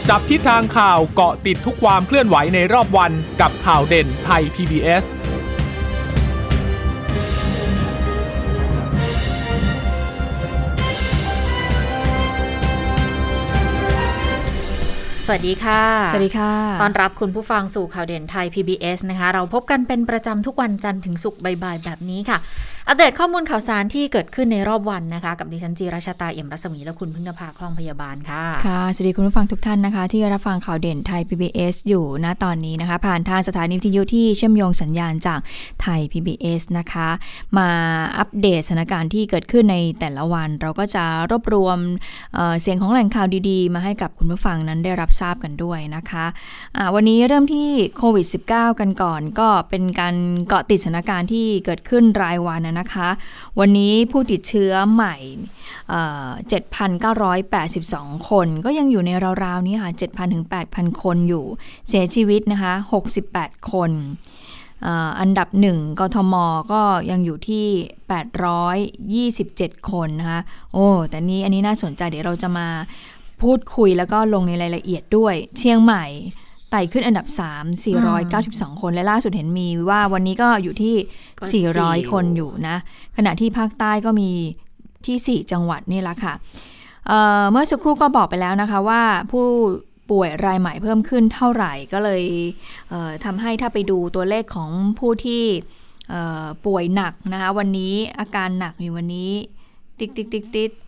จับทิศทางข่าวเกาะติดทุกความเคลื่อนไหวในรอบวันกับข่าวเด่นไทย PBS สวัสดีค่ะสวัสดีค่ะต้อนรับคุณผู้ฟังสู่ข่าวเด่นไทย PBS นะคะเราพบกันเป็นประจำทุกวันจันทร์ถึงศุกร์บ่ายๆแบบนี้ค่ะอัปเดตข้อมูลข่าวสารที่เกิดขึ้นในรอบวันนะคะกับดิฉันจีราชตาเอี่ยมรัศมีและคุณพึ่งนภาคล่องพยาบาลค่ะค่ะสวัสดีคุณผู้ฟังทุกท่านนะคะที่รับฟังข่าวเด่นไทย PBS อยู่ณตอนนี้นะคะผ่านทางสถานีวิทยุที่เชื่อมโยงสัญญาณจากไทย PBS นะคะมาอัปเดตสถานการณ์ที่เกิดขึ้นในแต่ละวันเราก็จะรวบรวมเสียงของแหล่งข่าวดีๆมาให้กับคุณผู้ฟังนั้นได้รับทราบกันด้วยนะคะวันนี้เริ่มที่โควิด -19 กันก่อนก็เป็นการเกาะติดสถานการณ์ที่เกิดขึ้นรายวันนะคะวันนี้ผู้ติดเชื้อใหม่ 7,982 คนก็ยังอยู่ในราวๆนี้ค่ะ 7,000 ถึง 8,000 คนอยู่เสียชีวิตนะคะ68 คนอันดับ1กทมก็ยังอยู่ที่827คนนะคะโอ้แต่อันนี้น่าสนใจเดี๋ยวเราจะมาพูดคุยแล้วก็ลงในรายละเอียดด้วยเชียงใหม่ไต่ขึ้นอันดับ3 492 คนและล่าสุดเห็นมีว่าวันนี้ก็อยู่ที่400คนอยู่นะขณะที่ภาคใต้ก็มีที่4จังหวัดนี่ละค่ะเมื่อสักครู่ก็บอกไปแล้วนะคะว่าผู้ป่วยรายใหม่เพิ่มขึ้นเท่าไหร่ก็เลยทำให้ถ้าไปดูตัวเลขของผู้ที่ป่วยหนักนะคะวันนี้อาการหนักมีวันนี้ติด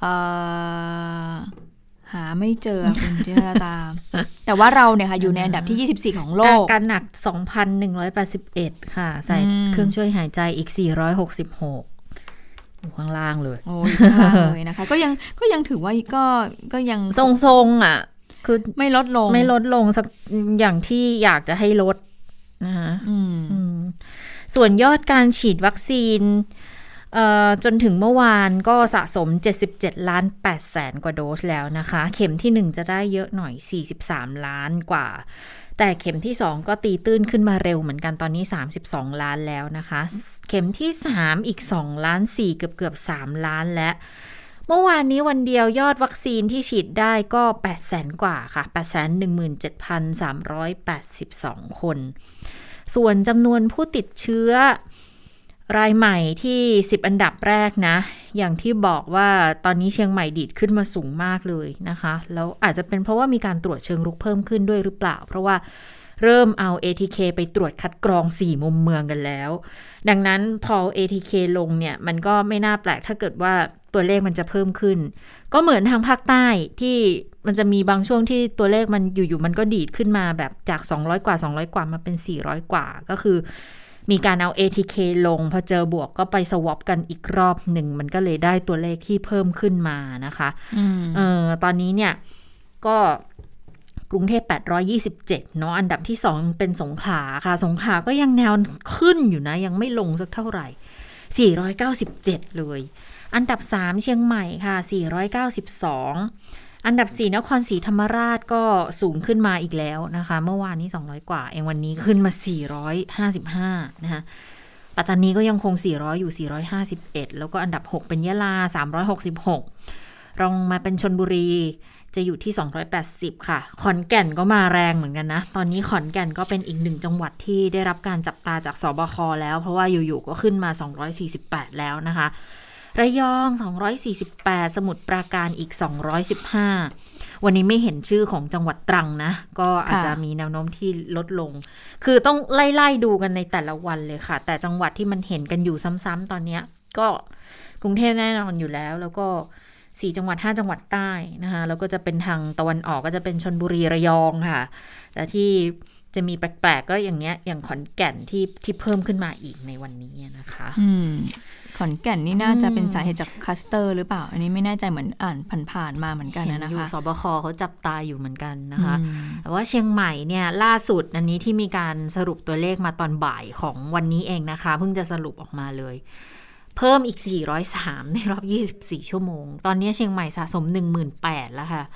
หาไม่เจอคุณเจษฎาแต่ว่าเราเนี่ยค่ะอยู่ในอันดับที่24ของโลกการหนัก 2,181 ค่ะใส่เครื่องช่วยหายใจอีก466อยู่ข้างล่างเลยโอ้ยข้างล่างเลยนะคะก็ยังถือว่าก็ยังทรงๆอ่ะคือไม่ลดลงสักอย่างที่อยากจะให้ลดนะคะส่วนยอดการฉีดวัคซีนจนถึงเมื่อวานก็สะสม 77,800,000 กว่าโดสแล้วนะคะเข็มที่1จะได้เยอะหน่อย43ล้านกว่าแต่เข็มที่2ก็ตีตื้นขึ้นมาเร็วเหมือนกันตอนนี้32ล้านแล้วนะคะเข็มที่3อีก2ล้าน4เกือบ3ล้านและเมื่อวานนี้วันเดียวยอดวัคซีนที่ฉีดได้ก็ 800,000 กว่าค่ะ 817,382 คนส่วนจำนวนผู้ติดเชื้อรายใหม่ที่10อันดับแรกนะอย่างที่บอกว่าตอนนี้เชียงใหม่ดีดขึ้นมาสูงมากเลยนะคะแล้วอาจจะเป็นเพราะว่ามีการตรวจเชิงรุกเพิ่มขึ้นด้วยหรือเปล่าเพราะว่าเริ่มเอา ATK ไปตรวจคัดกรอง4มุมเมืองกันแล้วดังนั้นพอ ATK ลงเนี่ยมันก็ไม่น่าแปลกถ้าเกิดว่าตัวเลขมันจะเพิ่มขึ้นก็เหมือนทางภาคใต้ที่มันจะมีบางช่วงที่ตัวเลขมันอยู่ๆมันก็ดีดขึ้นมาแบบจาก200 กว่ามาเป็น400 กว่าก็คือมีการเอา ATK ลงพอเจอบวกก็ไปสวอปกันอีกรอบหนึ่งมันก็เลยได้ตัวเลขที่เพิ่มขึ้นมานะคะตอนนี้เนี่ยก็กรุงเทพ827เนาะอันดับที่2เป็นสงขลาค่ะสงขลาก็ยังแนวขึ้นอยู่นะยังไม่ลงสักเท่าไหร่497เลยอันดับ3เชียงใหม่ค่ะ492อันดับ4นครศรีธรรมราชก็สูงขึ้นมาอีกแล้วนะคะเมื่อวานนี้200กว่าเองวันนี้ขึ้นมา455นะคะปัตตานีก็ยังคง400อยู่451แล้วก็อันดับ6เป็นยะลา366รองมาเป็นชลบุรีจะอยู่ที่280ค่ะขอนแก่นก็มาแรงเหมือนกันนะตอนนี้ขอนแก่นก็เป็นอีก1จังหวัดที่ได้รับการจับตาจากสบคแล้วเพราะว่าอยู่ๆก็ขึ้นมา248แล้วนะคะระยอง248สมุทรปราการอีก215วันนี้ไม่เห็นชื่อของจังหวัดตรังนะก็อาจจะมีแนวโน้มที่ลดลงคือต้องไล่ดูกันในแต่ละวันเลยค่ะแต่จังหวัดที่มันเห็นกันอยู่ซ้ำๆตอนนี้ก็กรุงเทพแน่นอนอยู่แล้วก็4จังหวัด5จังหวัดใต้นะคะแล้วก็จะเป็นทางตะวันออกก็จะเป็นชลบุรีระยองค่ะแต่ที่จะมีแปลกๆก็อย่างเงี้ยอย่างขอนแก่นที่เพิ่มขึ้นมาอีกในวันนี้นะคะขอนแก่นนี่น่าจะเป็นสาเหตุจากคลัสเตอร์หรือเปล่าอันนี้ไม่แน่ใจเหมือนอ่านผ่านๆมาเหมือนกันนะคะอยู่สบคเขาจับตาอยู่เหมือนกันนะคะแต่ว่าเชียงใหม่เนี่ยล่าสุดอันนี้ที่มีการสรุปตัวเลขมาตอนบ่ายของวันนี้เองนะคะเพิ่งจะสรุปออกมาเลยเพิ่มอีก403ในรอบ24ชั่วโมงตอนนี้เชียงใหม่สะสม 18,000 แล้วค่ะ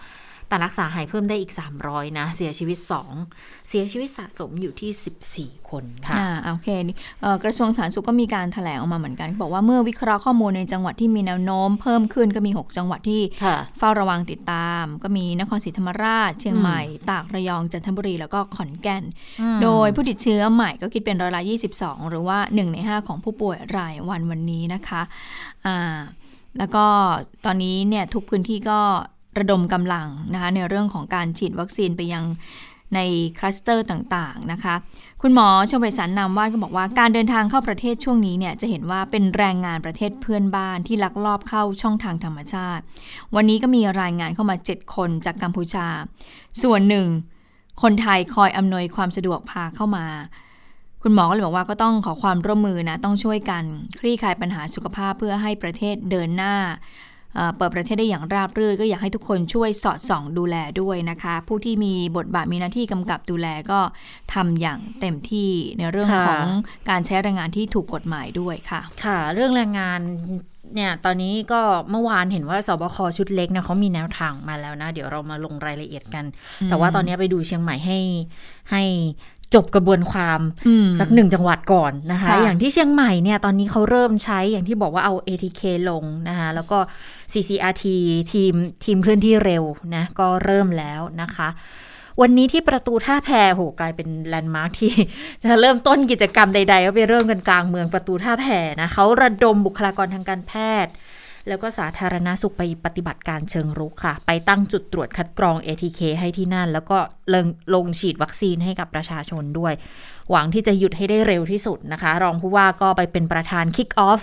แต่รักษาหายเพิ่มได้อีก300นะเสียชีวิต2เสียชีวิตสะสมอยู่ที่14คนค่ะโอเคกระทรวงสาธารณสุขก็มีการแถลงออกมาเหมือนกันบอกว่าเมื่อวิเคราะห์ข้อมูลในจังหวัดที่มีแนวโน้มเพิ่มขึ้นก็มี6จังหวัดที่เฝ้าระวังติดตามก็มีนครศรีธรรมราชเชียงใหม่ตากระยองจันทบุรีแล้วก็ขอนแก่นโดยผู้ติดเชื้อใหม่ก็คิดเป็น22%หรือว่า1ใน5ของผู้ป่วยรายวันนี้นะคะแล้วก็ตอนนี้เนี่ยทุกพื้นที่ก็ระดมกำลังนะคะในเรื่องของการฉีดวัคซีนไปยังในคลัสเตอร์ต่างๆนะคะคุณหมอชเวศรนามวาดก็บอกว่าการเดินทางเข้าประเทศช่วงนี้เนี่ยจะเห็นว่าเป็นแรงงานประเทศเพื่อนบ้านที่ลักลอบเข้าช่องทางธรรมชาติวันนี้ก็มีรายงานเข้ามา7คนจากกัมพูชาส่วนหนึ่งคนไทยคอยอำนวยความสะดวกพาเข้ามาคุณหมอก็เลยบอกว่าก็ต้องขอความร่วมมือนะต้องช่วยกันคลี่คลายปัญหาสุขภาพเพื่อให้ประเทศเดินหน้าเปิดประเทศได้อย่างราบรื่นก็อยากให้ทุกคนช่วยสอดส่องดูแลด้วยนะคะผู้ที่มีบทบาทมีหน้าที่กำกับดูแลก็ทำอย่างเต็มที่ในเรื่องของการใช้แรงงานที่ถูกกฎหมายด้วยค่ะค่ะเรื่องแรงงานเนี่ยตอนนี้ก็เมื่อวานเห็นว่าสบคชุดเล็กนะเขามีแนวทางมาแล้วนะเดี๋ยวเรามาลงรายละเอียดกันแต่ว่าตอนนี้ไปดูเชียงใหม่ให้จบกระบวนความสัก1จังหวัดก่อนนะคะอย่างที่เชียงใหม่เนี่ยตอนนี้เขาเริ่มใช้อย่างที่บอกว่าเอา ATK ลงนะคะแล้วก็ CCRT ทีมเคลื่อนที่เร็วนะก็เริ่มแล้วนะคะวันนี้ที่ประตูท่าแพโหกลายเป็นแลนด์มาร์คที่จะเริ่มต้นกิจกรรมใดๆก็ไปเริ่มกันกลางเมืองประตูท่าแพนะเขาระดมบุคลากรทางการแพทย์แล้วก็สาธารณสุขไปปฏิบัติการเชิงรุกค่ะไปตั้งจุดตรวจคัดกรอง ATK ให้ที่นั่นแล้วก็ลงฉีดวัคซีนให้กับประชาชนด้วยหวังที่จะหยุดให้ได้เร็วที่สุดนะคะรองผู้ว่าก็ไปเป็นประธาน Kick Off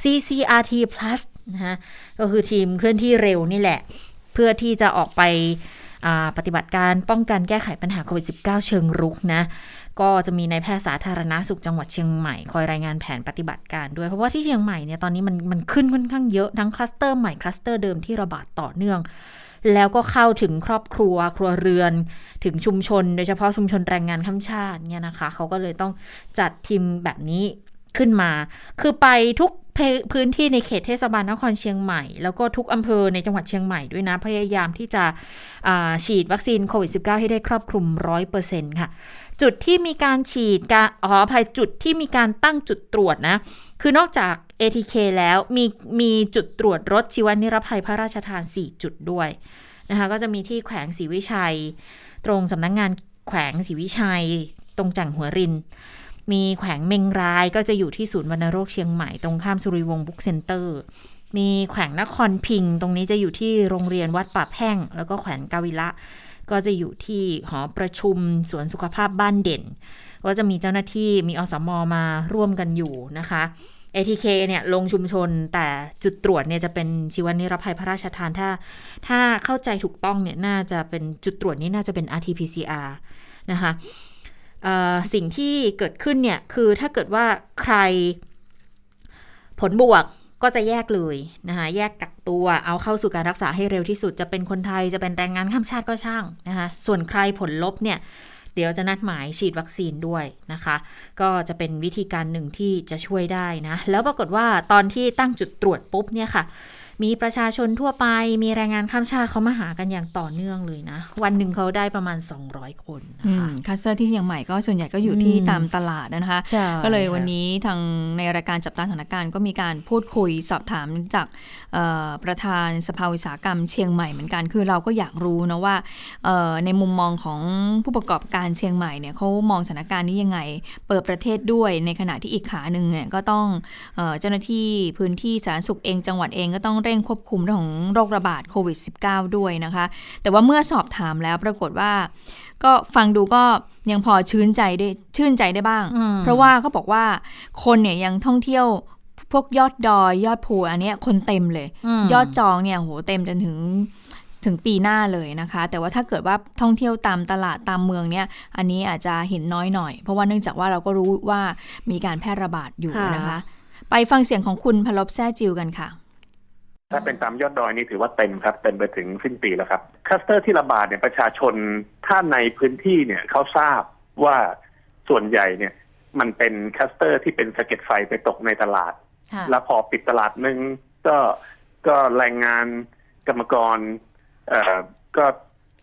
CCRT Plus นะคะก็คือทีมเคลื่อนที่เร็วนี่แหละเพื่อที่จะออกไปปฏิบัติการป้องกันแก้ไขปัญหาโควิด -19 เชิงรุกนะก็จะมีนายแพทย์สาธารณสุขจังหวัดเชียงใหม่คอยรายงานแผนปฏิบัติการด้วยเพราะว่าที่เชียงใหม่เนี่ยตอนนี้มันขึ้นค่อนข้างเยอะทั้งคลัสเตอร์ใหม่คลัสเตอร์เดิมที่ระบาดต่อเนื่องแล้วก็เข้าถึงครอบครัวครัวเรือนถึงชุมชนโดยเฉพาะชุมชนแรงงานข้ามชาติเนี่ยนะคะเขาก็เลยต้องจัดทีมแบบนี้ขึ้นมาคือไปทุกพื้นที่ในเขตเทศบาลนครเชียงใหม่แล้วก็ทุกอำเภอในจังหวัดเชียงใหม่ด้วยนะพยายามที่จะฉีดวัคซีนโควิด -19 ให้ได้ครอบคลุม 100% ค่ะจุดที่มีการฉีดจุดที่มีการตั้งจุดตรวจนะคือนอกจาก ATK แล้วมีจุดตรวจรถชีวนิรภัยพระราชทาน4จุดด้วยนะคะก็จะมีที่แขวงศรีวิชัยตรงสำนักงานแขวงศรีวิชัยตรงจังหัวรินมีแขวงเมงรายก็จะอยู่ที่ศูนย์วัณโรคเชียงใหม่ตรงข้ามสุริวงศ์บุ๊กเซ็นเตอร์มีแขวงนครพิงค์ตรงนี้จะอยู่ที่โรงเรียนวัดป่าแพ่งแล้วก็แขวงกาวิระก็จะอยู่ที่หอประชุมสวนสุขภาพบ้านเด่นก็จะมีเจ้าหน้าที่มีอสม.มาร่วมกันอยู่นะคะ ATK เนี่ยลงชุมชนแต่จุดตรวจเนี่ยจะเป็นชีวนิรภัยพระราชทานถ้าเข้าใจถูกต้องเนี่ยน่าจะเป็นจุดตรวจนี้น่าจะเป็น RT-PCR นะคะสิ่งที่เกิดขึ้นเนี่ยคือถ้าเกิดว่าใครผลบวกก็จะแยกเลยนะคะแยกกักตัวเอาเข้าสู่การรักษาให้เร็วที่สุดจะเป็นคนไทยจะเป็นแรงงานข้ามชาติก็ช่างนะคะส่วนใครผลลบเนี่ยเดี๋ยวจะนัดหมายฉีดวัคซีนด้วยนะคะก็จะเป็นวิธีการหนึ่งที่จะช่วยได้นะแล้วปรากฏว่าตอนที่ตั้งจุดตรวจปุ๊บเนี่ยค่ะมีประชาชนทั่วไปมีแรงงานข้ามชาติเขามาหากันอย่างต่อเนื่องเลยนะวันหนึ่งเขาได้ประมาณ200คนนะคะคลัสเตอร์ที่เชียงใหม่ก็ส่วนใหญ่ก็อยู่ที่ตามตลาดนะคะก็เลยวันนี้ทางในรายการจับตาสถานการณ์ก็มีการพูดคุยสอบถามจากประธานสภาอุตสาหกรรมเชียงใหม่เหมือนกันคือเราก็อยากรู้นะว่าในมุมมองของผู้ประกอบการเชียงใหม่เนี่ยเขามองสถานการณ์นี้ยังไงเปิดประเทศด้วยในขณะที่อีกขาหนึ่งเนี่ยก็ต้องเจ้าหน้าที่พื้นที่สาธารณสุขเองจังหวัดเองก็ต้องเร่งควบคุมเรื่องของโรคระบาดโควิด -19 ด้วยนะคะแต่ว่าเมื่อสอบถามแล้วปรากฏว่าก็ฟังดูก็ยังพอชื่นใจได้บ้างเพราะว่าเขาบอกว่าคนเนี่ยยังท่องเที่ยวพวกยอดดอยยอดภูอันนี้คนเต็มเลยยอดจองเนี่ยโหเต็มจนถึงปีหน้าเลยนะคะแต่ว่าถ้าเกิดว่าท่องเที่ยวตามตลาดตามเมืองเนี่ยอันนี้อาจจะเห็นน้อยหน่อยเพราะว่าเนื่องจากว่าเราก็รู้ว่ามีการแพร่ระบาดอยู่นะคะไปฟังเสียงของคุณพลบแซ่จิวกันค่ะถ้าเป็นตามยอดดอยนี่ถือว่าเต็มครับเต็มไปถึงสิ้นปีแล้วครับคลัสเตอร์ที่ระบาดเนี่ยประชาชนถ้าในพื้นที่เนี่ยเขาทราบว่าส่วนใหญ่เนี่ยมันเป็นคลัสเตอร์ที่เป็นสะเก็ดไฟไปตกในตลาดแล้วพอปิดตลาดนึงก็แรงงานกรรมกรก็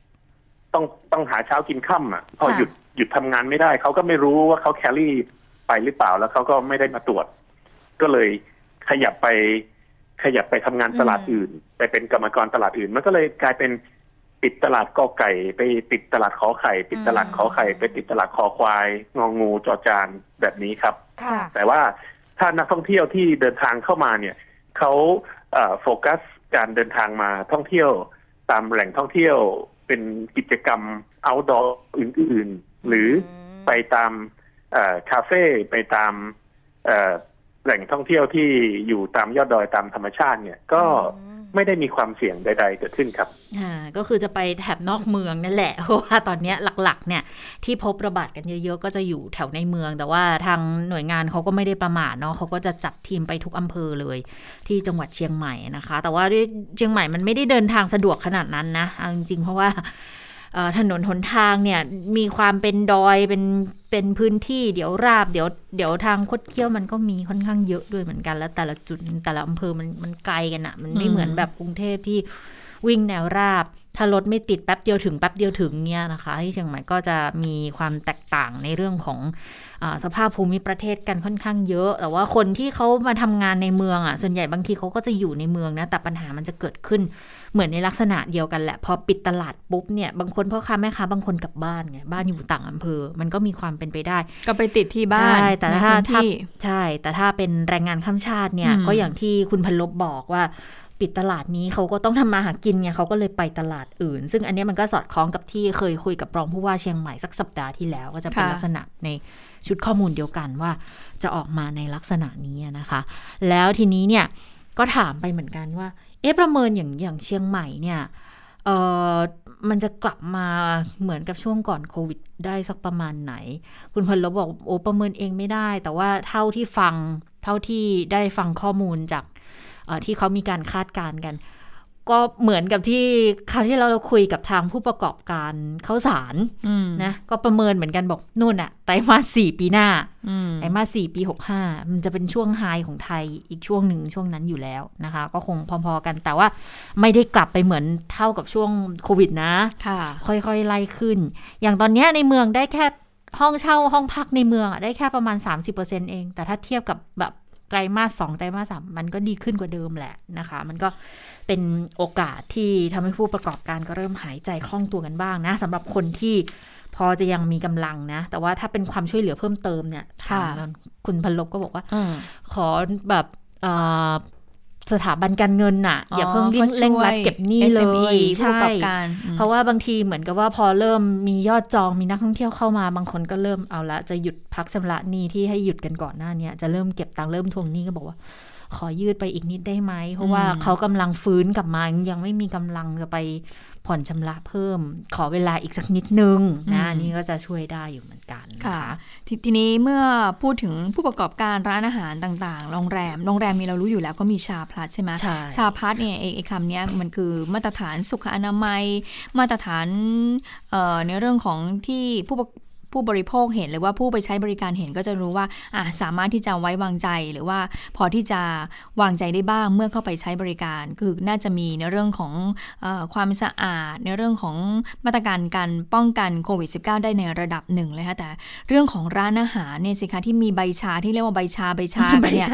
ต้องหาเช้ากินค่ำอ่ะพอหยุดทำงานไม่ได้เขาก็ไม่รู้ว่าเขาแครี่ไปหรือเปล่าแล้วเขาก็ไม่ได้มาตรวจก็เลยขยับไปทำงานตลาดอื่นไปเป็นกรรมกรตลาดอื่นมันก็เลยกลายเป็นปิดตลาดกอไก่ไปปิดตลาดขอไข่ปิดตลาดขอไข่ไปปิดตลาดคอควายงองูจอจานแบบนี้ครับแต่ว่าถ้านักท่องเที่ยวที่เดินทางเข้ามาเนี่ยเขาโฟกัสการเดินทางมาท่องเที่ยวตามแหล่งท่องเที่ยวเป็นกิจกรรม outdoor อื่นๆหรือไปตามคาเฟ่ไปตามแหล่งท่องเที่ยวที่อยู่ตามยอดดอยตามธรรมชาติเนี่ยก็ไม่ได้มีความเสี่ยงใดๆเกิดขึ้นครับก็คือจะไปแถบนอกเมืองนั่นแหละเพราะว่าตอนนี้หลักๆเนี่ยที่พบระบาดกันเยอะๆก็จะอยู่แถวในเมืองแต่ว่าทางหน่วยงานเขาก็ไม่ได้ประมาทเนาะเขาก็จะจัดทีมไปทุกอำเภอเลยที่จังหวัดเชียงใหม่นะคะแต่ว่าเชียงใหม่มันไม่ได้เดินทางสะดวกขนาดนั้นนะจริงๆเพราะว่าถนนหนทางเนี่ยมีความเป็นดอยเป็นพื้นที่เดี๋ยวราบเดี๋ยวทางคดเคี้ยวมันก็มีค่อนข้างเยอะด้วยเหมือนกันแล้วแต่ละจุดแต่ละอำเภอมันไกลกันอะมันไม่เหมือนแบบกรุงเทพที่วิ่งแนวราบถ้ารถไม่ติดแป๊บเดียวถึงเนี่ยนะคะที่เชียงใหม่ก็จะมีความแตกต่างในเรื่องของสภาพภูมิประเทศกันค่อนข้างเยอะแต่ว่าคนที่เขามาทำงานในเมืองส่วนใหญ่บางทีเขาก็จะอยู่ในเมืองนะแต่ปัญหามันจะเกิดขึ้นเหมือนในลักษณะเดียวกันแหละพอปิดตลาดปุ๊บเนี่ยบางคนพ่อค้าแม่ค้าบางคนกลับบ้านไงบ้านอยู่ต่างอำเภอมันก็มีความเป็นไปได้ก็ไปติดที่บ้านใช่แต่ถ้าเป็นแรงงานข้ามชาติเนี่ยก็อย่างที่คุณพันลบบอกว่าปิดตลาดนี้เขาก็ต้องทำมาหากินไงเขาก็เลยไปตลาดอื่นซึ่งอันนี้มันก็สอดคล้องกับที่เคยคุยกับรองผู้ว่าเชียงใหม่สักสัปดาห์ที่แล้วก็จะเป็นลักษณะในชุดข้อมูลเดียวกันว่าจะออกมาในลักษณะนี้นะคะแล้วทีนี้เนี่ยก็ถามไปเหมือนกันว่าประเมินอย่างเชียงใหม่เนี่ยมันจะกลับมาเหมือนกับช่วงก่อนโควิดได้สักประมาณไหนคุณพันลบบอกประเมินเองไม่ได้แต่ว่าเท่าที่ได้ฟังข้อมูลจากที่เขามีการคาดการณ์กันก็เหมือนกับที่คราวที่เราคุยกับทางผู้ประกอบการข้าวสารนะก็ประเมินเหมือนกันบอกนู่นไตรมาส 4ปีหน้าไตรมาส 4ปี65มันจะเป็นช่วงไฮของไทยอีกช่วงหนึ่งช่วงนั้นอยู่แล้วนะคะก็คงพอๆกันแต่ว่าไม่ได้กลับไปเหมือนเท่ากับช่วงโควิดนะค่อยๆไล่ขึ้นอย่างตอนนี้ในเมืองได้แค่ห้องเช่าห้องพักในเมืองได้แค่ประมาณ 30% เองแต่ถ้าเทียบกับแบบไตรมาส 2ไตรมาส 3มันก็ดีขึ้นกว่าเดิมแหละนะคะมันก็เป็นโอกาสที่ทำให้ผู้ประกอบการก็เริ่มหายใจคล่องตัวกันบ้างนะสำหรับคนที่พอจะยังมีกำลังนะแต่ว่าถ้าเป็นความช่วยเหลือเพิ่มเติมเนี่ยทางคุณพันลบก็บอกว่าขอแบบสถาบันการเงินอย่าเพิ่งเร่งรัดเก็บหนี้เลยใช่เพราะว่าบางทีเหมือนกับว่าพอเริ่มมียอดจองมีนักท่องเที่ยวเข้ามาบางคนก็เริ่มเอาละจะหยุดพักชำระหนี้ที่ให้หยุดกันก่อนหน้านี้จะเริ่มเก็บตังค์เริ่มทวงหนี้ก็บอกว่าขอยืดไปอีกนิดได้ไหมเพราะว่าเขากำลังฟื้นกลับมายังไม่มีกำลังจะไปผ่อนชำระเพิ่มขอเวลาอีกสักนิดนึงนะนี่ก็จะช่วยได้อยู่เหมือนกันนะคะทีนี้เมื่อพูดถึงผู้ประกอบการร้านอาหารต่างๆโรงแรมนี่เรารู้อยู่แล้วก็มีชาพลัสใช่ไหมชาพลัสเนี่ยไอ้คำนี้มันคือมาตรฐานสุขอนามัยมาตรฐานในเรื่องของที่ผู้บริโภคเห็นหรือว่าผู้ไปใช้บริการเห็นก็จะรู้ว่าสามารถที่จะไว้วางใจหรือว่าพอที่จะวางใจได้บ้างเมื่อเข้าไปใช้บริการคือน่าจะมีในเรื่องของความสะอาดในเรื่องของมาตรการการป้องกันโควิด -19 ได้ในระดับหนึ่งเลยค่ะแต่เรื่องของร้านอาหารเนี่ยสิคะที่มีใบชาที่เรียกว่าใบชาเนี่ย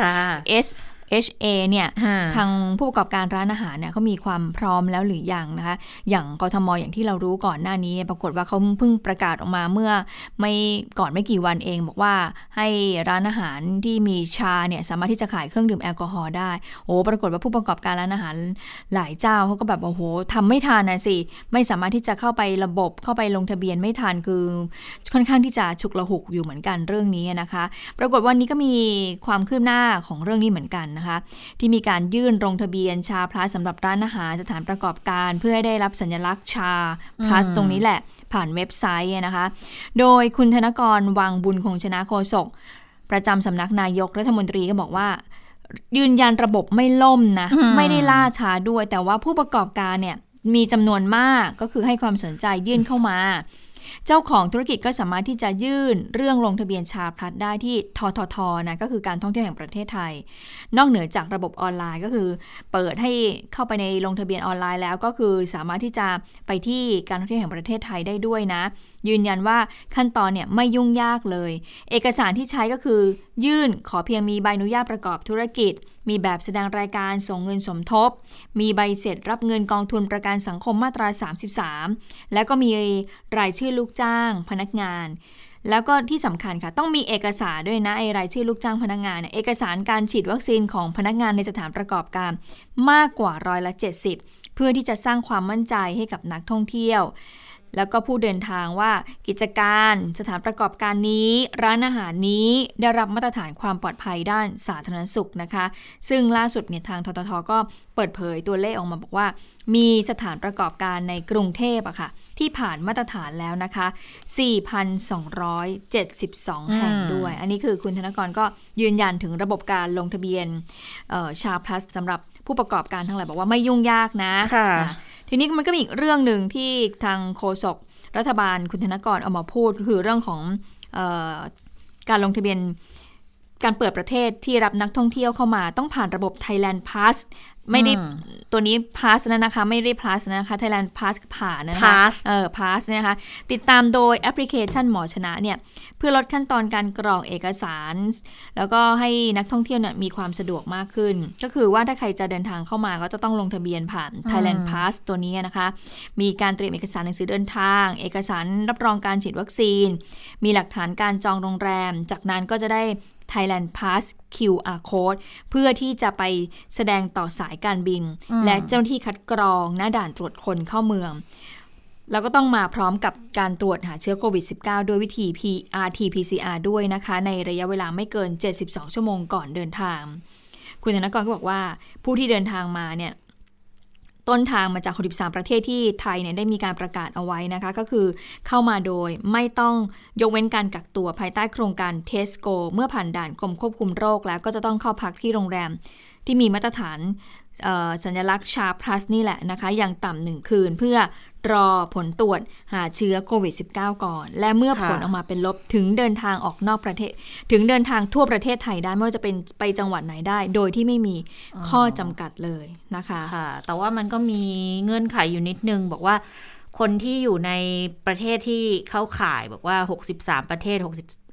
HA เนี่ยทางผู้ประกอบการร้านอาหารเนี่ยเขามีความพร้อมแล้วหรือยังนะคะอย่างกทม.อย่างที่เรารู้ก่อนหน้านี้ปรากฏว่าเขาเพิ่งประกาศออกมาเมื่อไม่กี่วันเองบอกว่าให้ร้านอาหารที่มีชาเนี่ยสามารถที่จะขายเครื่องดื่มแอลกอฮอล์ได้ปรากฏว่าผู้ประกอบการร้านอาหารหลายเจ้าเขาก็แบบทำไม่ทันนะสิไม่สามารถที่จะเข้าไประบบเข้าไปลงทะเบียนไม่ทันคือค่อนข้างที่จะฉุกละหุกอยู่เหมือนกันเรื่องนี้นะคะปรากฏวันนี้ก็มีความคืบหน้าของเรื่องนี้เหมือนกันที่มีการยื่นลงทะเบียนชาพลัสสำหรับร้านอาหารสถานประกอบการเพื่อให้ได้รับสัญลักษณ์ชาพลัสตรงนี้แหละผ่านเว็บไซต์นะคะโดยคุณธนกรวังบุญคงชนะโฆษกประจำสำนักนายกรัฐมนตรีก็บอกว่ายืนยันระบบไม่ล่มนะไม่ได้ล่าช้าด้วยแต่ว่าผู้ประกอบการเนี่ยมีจำนวนมากก็คือให้ความสนใจยื่นเข้ามาเจ้าของธุรกิจก็สามารถที่จะยื่นเรื่องลงทะเบียนชาพลัสได้ที่ททท.นะก็คือการท่องเที่ยวแห่งประเทศไทยนอกเหนือจากระบบออนไลน์ก็คือเปิดให้เข้าไปในลงทะเบียนออนไลน์แล้วก็คือสามารถที่จะไปที่การท่องเที่ยวแห่งประเทศไทยได้ด้วยนะยืนยันว่าขั้นตอนเนี่ยไม่ยุ่งยากเลยเอกสารที่ใช้ก็คือยื่นขอเพียงมีใบอนุญาตประกอบธุรกิจมีแบบแสดงรายการส่งเงินสมทบมีใบเสร็จรับเงินกองทุนประกันสังคมมาตรา33แล้วก็มีรายชื่อลูกจ้างพนักงานแล้วก็ที่สำคัญค่ะต้องมีเอกสารด้วยนะไอ้รายชื่อลูกจ้างพนักงานเนี่ยเอกสารการฉีดวัคซีนของพนักงานในสถานประกอบการมากกว่า70%เพื่อที่จะสร้างความมั่นใจให้กับนักท่องเที่ยวแล้วก็ผู้เดินทางว่ากิจการสถานประกอบการนี้ร้านอาหารนี้ได้รับมาตรฐานความปลอดภัยด้านสาธารณสุขนะคะซึ่งล่าสุดเนี่ยทางททท.ก็เปิดเผยตัวเลขออกมาบอกว่ามีสถานประกอบการในกรุงเทพอะค่ะที่ผ่านมาตรฐานแล้วนะคะ 4,272 แห่งด้วยอันนี้คือคุณธนกรก็ยืนยันถึงระบบการลงทะเบียนชาพลัสสำหรับผู้ประกอบการทั้งหลายบอกว่าไม่ยุ่งยากนะทีนี้มันก็มีอีกเรื่องหนึ่งที่ทางโฆษกรัฐบาลคุณธนกรเอามาพูดก็คือเรื่องของการลงทะเบียนการเปิดประเทศที่รับนักท่องเที่ยวเข้ามาต้องผ่านระบบ Thailand Pass ไม่ได้ตัวนี้ Pass นะคะไม่ได้ Plus นะคะ Thailand Pass ผ่านนะคะ Pass นะคะติดตามโดยแอปพลิเคชันหมอชนะเนี่ยเพื่อลดขั้นตอนการกรอกเอกสารแล้วก็ให้นักท่องเที่ยวเนี่ยมีความสะดวกมากขึ้นก็คือว่าถ้าใครจะเดินทางเข้ามาก็จะต้องลงทะเบียนผ่าน Thailand Pass ตัวนี้นะคะมีการเตรียมเอกสารหนังสือเดินทางเอกสารรับรองการฉีดวัคซีนมีหลักฐานการจองโรงแรมจากนั้นก็จะได้Thailand Pass QR Code เพื่อที่จะไปแสดงต่อสายการบินและเจ้าหน้าที่คัดกรองหน้าด่านตรวจคนเข้าเมืองแล้วก็ต้องมาพร้อมกับการตรวจหาเชื้อโควิด -19 ด้วยวิธี RT-PCR ด้วยนะคะในระยะเวลาไม่เกิน72ชั่วโมงก่อนเดินทางคุณธนกรก็บอกว่าผู้ที่เดินทางมาเนี่ยต้นทางมาจาก63ประเทศที่ไทยเนี่ยได้มีการประกาศเอาไว้นะคะก็คือเข้ามาโดยไม่ต้องยกเว้นการกักตัวภายใต้โครงการ TESCO เมื่อผ่านด่านกรมควบคุมโรคแล้วก็จะต้องเข้าพักที่โรงแรมที่มีมาตรฐานสัญลักษณ์ชาพลัสนี่แหละนะคะอย่างต่ำ1คืนเพื่อรอผลตรวจหาเชื้อโควิด -19 ก่อนและเมื่อผลออกมาเป็นลบถึงเดินทางออกนอกประเทศถึงเดินทางทั่วประเทศไทยได้ไม่ว่าจะเป็นไปจังหวัดไหนได้โดยที่ไม่มีข้อจำกัดเลยนะคะค่ะแต่ว่ามันก็มีเงื่อนไขอยู่นิดนึงบอกว่าคนที่อยู่ในประเทศที่เข้าข่ายบอกว่า63ประเทศ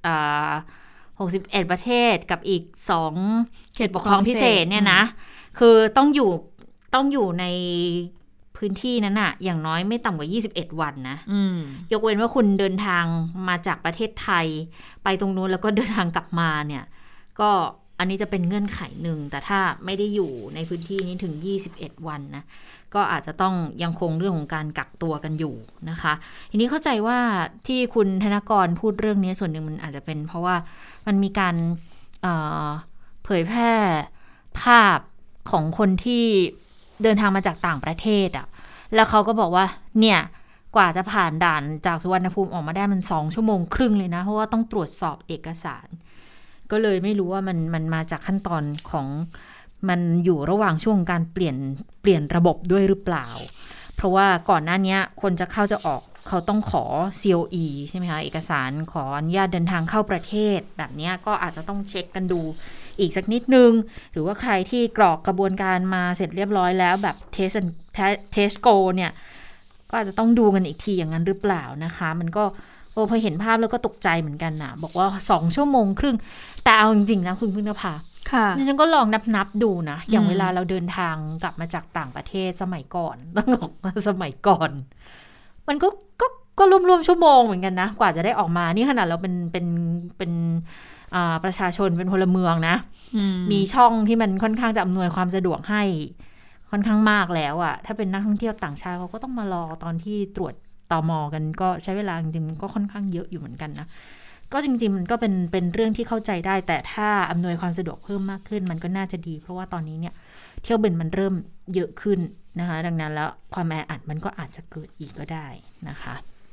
61ประเทศกับอีก2เขตปกครองพิเศษเนี่ยนะคือต้องอยู่ในพื้นที่นั้นอะอย่างน้อยไม่ต่ำกว่า21วันนะยกเว้นว่าคุณเดินทางมาจากประเทศไทยไปตรงนู้นแล้วก็เดินทางกลับมาเนี่ยก็อันนี้จะเป็นเงื่อนไขหนึ่งแต่ถ้าไม่ได้อยู่ในพื้นที่นี้ถึง21วันนะก็อาจจะต้องยังคงเรื่องของการกักตัวกันอยู่นะคะทีนี้เข้าใจว่าที่คุณธนกรพูดเรื่องนี้ส่วนหนึ่งมันอาจจะเป็นเพราะว่ามันมีการเผยแพร่ภาพของคนที่เดินทางมาจากต่างประเทศอ่ะแล้วเขาก็บอกว่าเนี่ยกว่าจะผ่านด่านจากสุวรรณภูมิออกมาได้มัน2ชั่วโมงครึ่งเลยนะเพราะว่าต้องตรวจสอบเอกสารก็เลยไม่รู้ว่ามันมาจากขั้นตอนของมันอยู่ระหว่างช่วงการเปลี่ยนระบบด้วยหรือเปล่าเพราะว่าก่อนหน้านี้คนจะเข้าจะออกเขาต้องขอ COE ใช่ไหมคะเอกสารขออนุญาตเดินทางเข้าประเทศแบบนี้ก็อาจจะต้องเช็คกันดูอีกสักนิดนึงหรือว่าใครที่กรอกกระบวนการมาเสร็จเรียบร้อยแล้วแบบTESCO เนี่ยก็อาจจะต้องดูกันอีกทีอย่างนั้นหรือเปล่านะคะมันก็พอเห็นภาพแล้วก็ตกใจเหมือนกันนะบอกว่า2ชั่วโมงครึ่งแต่เอาจริงๆนะคุณพึ่งนภาดิฉันก็ลองนับดูนะอย่างเวลาเราเดินทางกลับมาจากต่างประเทศสมัยก่อนต้องบอกว่าสมัยก่อนมันก็รวมชั่วโมงเหมือนกันนะกว่าจะได้ออกมานี่ขนาดเราเป็นประชาชนเป็นพลเมืองนะมีช่องที่มันค่อนข้างจะอำนวยความสะดวกให้ค่อนข้างมากแล้วอะถ้าเป็นนักท่องเที่ยวต่างชาติเขาก็ต้องมารอตอนที่ตรวจตม.กันก็ใช้เวลาจริงๆก็ค่อนข้างเยอะอยู่เหมือนกันนะก็จริงๆมันก็เป็นเรื่องที่เข้าใจได้แต่ถ้าอำนวยความสะดวกเพิ่มมากขึ้นมันก็น่าจะดีเพราะว่าตอนนี้เนี่ยเที่ยวบินมันเริ่มเยอะขึ้นนะคะดังนั้นแล้วความแออัดมันก็อาจจะเกิดอีกก็ได้นะคะ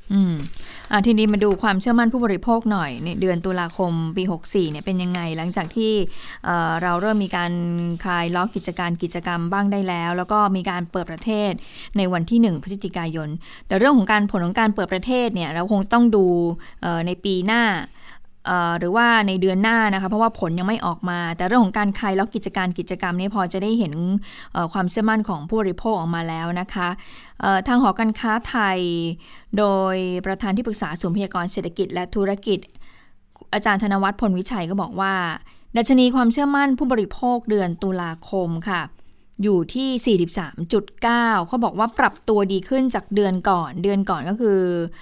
ทีนี้มาดูความเชื่อมั่นผู้บริโภคหน่อยในเดือนตุลาคมปี64เนี่ยเป็นยังไงหลังจากที่เราเริ่มมีการคลายล็อกกิจกรรมบ้างได้แล้วก็มีการเปิดประเทศในวันที่1พฤศจิกายนแต่เรื่องของผลของการเปิดประเทศเนี่ยเราคงต้องดูในปีหน้าหรือว่าในเดือนหน้านะคะเพราะว่าผลยังไม่ออกมาแต่เรื่องของการคลายล็อกกิจกรรมนี้พอจะได้เห็นความเชื่อมั่นของผู้บริโภคออกมาแล้วนะคะทางหอการค้าไทยโดยประธานที่ปรึกษาศูนย์พยากรณ์เศรษฐกิจและธุรกิจอาจารย์ธนวัฒน์พลวิชัยก็บอกว่าดัชนีความเชื่อมั่นผู้บริโภคเดือนตุลาคมค่ะอยู่ที่ 43.9 เขาบอกว่าปรับตัวดีขึ้นจากเดือนก่อนก็คือ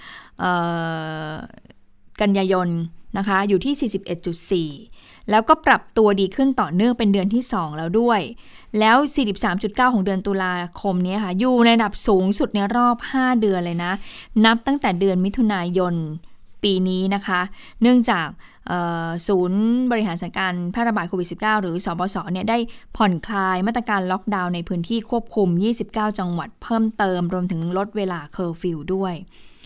กันยายนนะคะอยู่ที่ 41.4 แล้วก็ปรับตัวดีขึ้นต่อเนื่องเป็นเดือนที่2แล้วด้วยแล้ว 43.9 ของเดือนตุลาคมนี้ค่ะอยู่ในระดับสูงสุดในรอบ5เดือนเลยนะนับตั้งแต่เดือนมิถุนายนปีนี้นะคะเนื่องจากศูนย์บริหารสถานการณ์แพร่ระบาดโควิด -19 หรือสบสเนี่ยได้ผ่อนคลายมาตรการล็อกดาวน์ในพื้นที่ควบคุม29จังหวัดเพิ่มเติมรวมถึงลดเวลาเคอร์ฟิวด้วย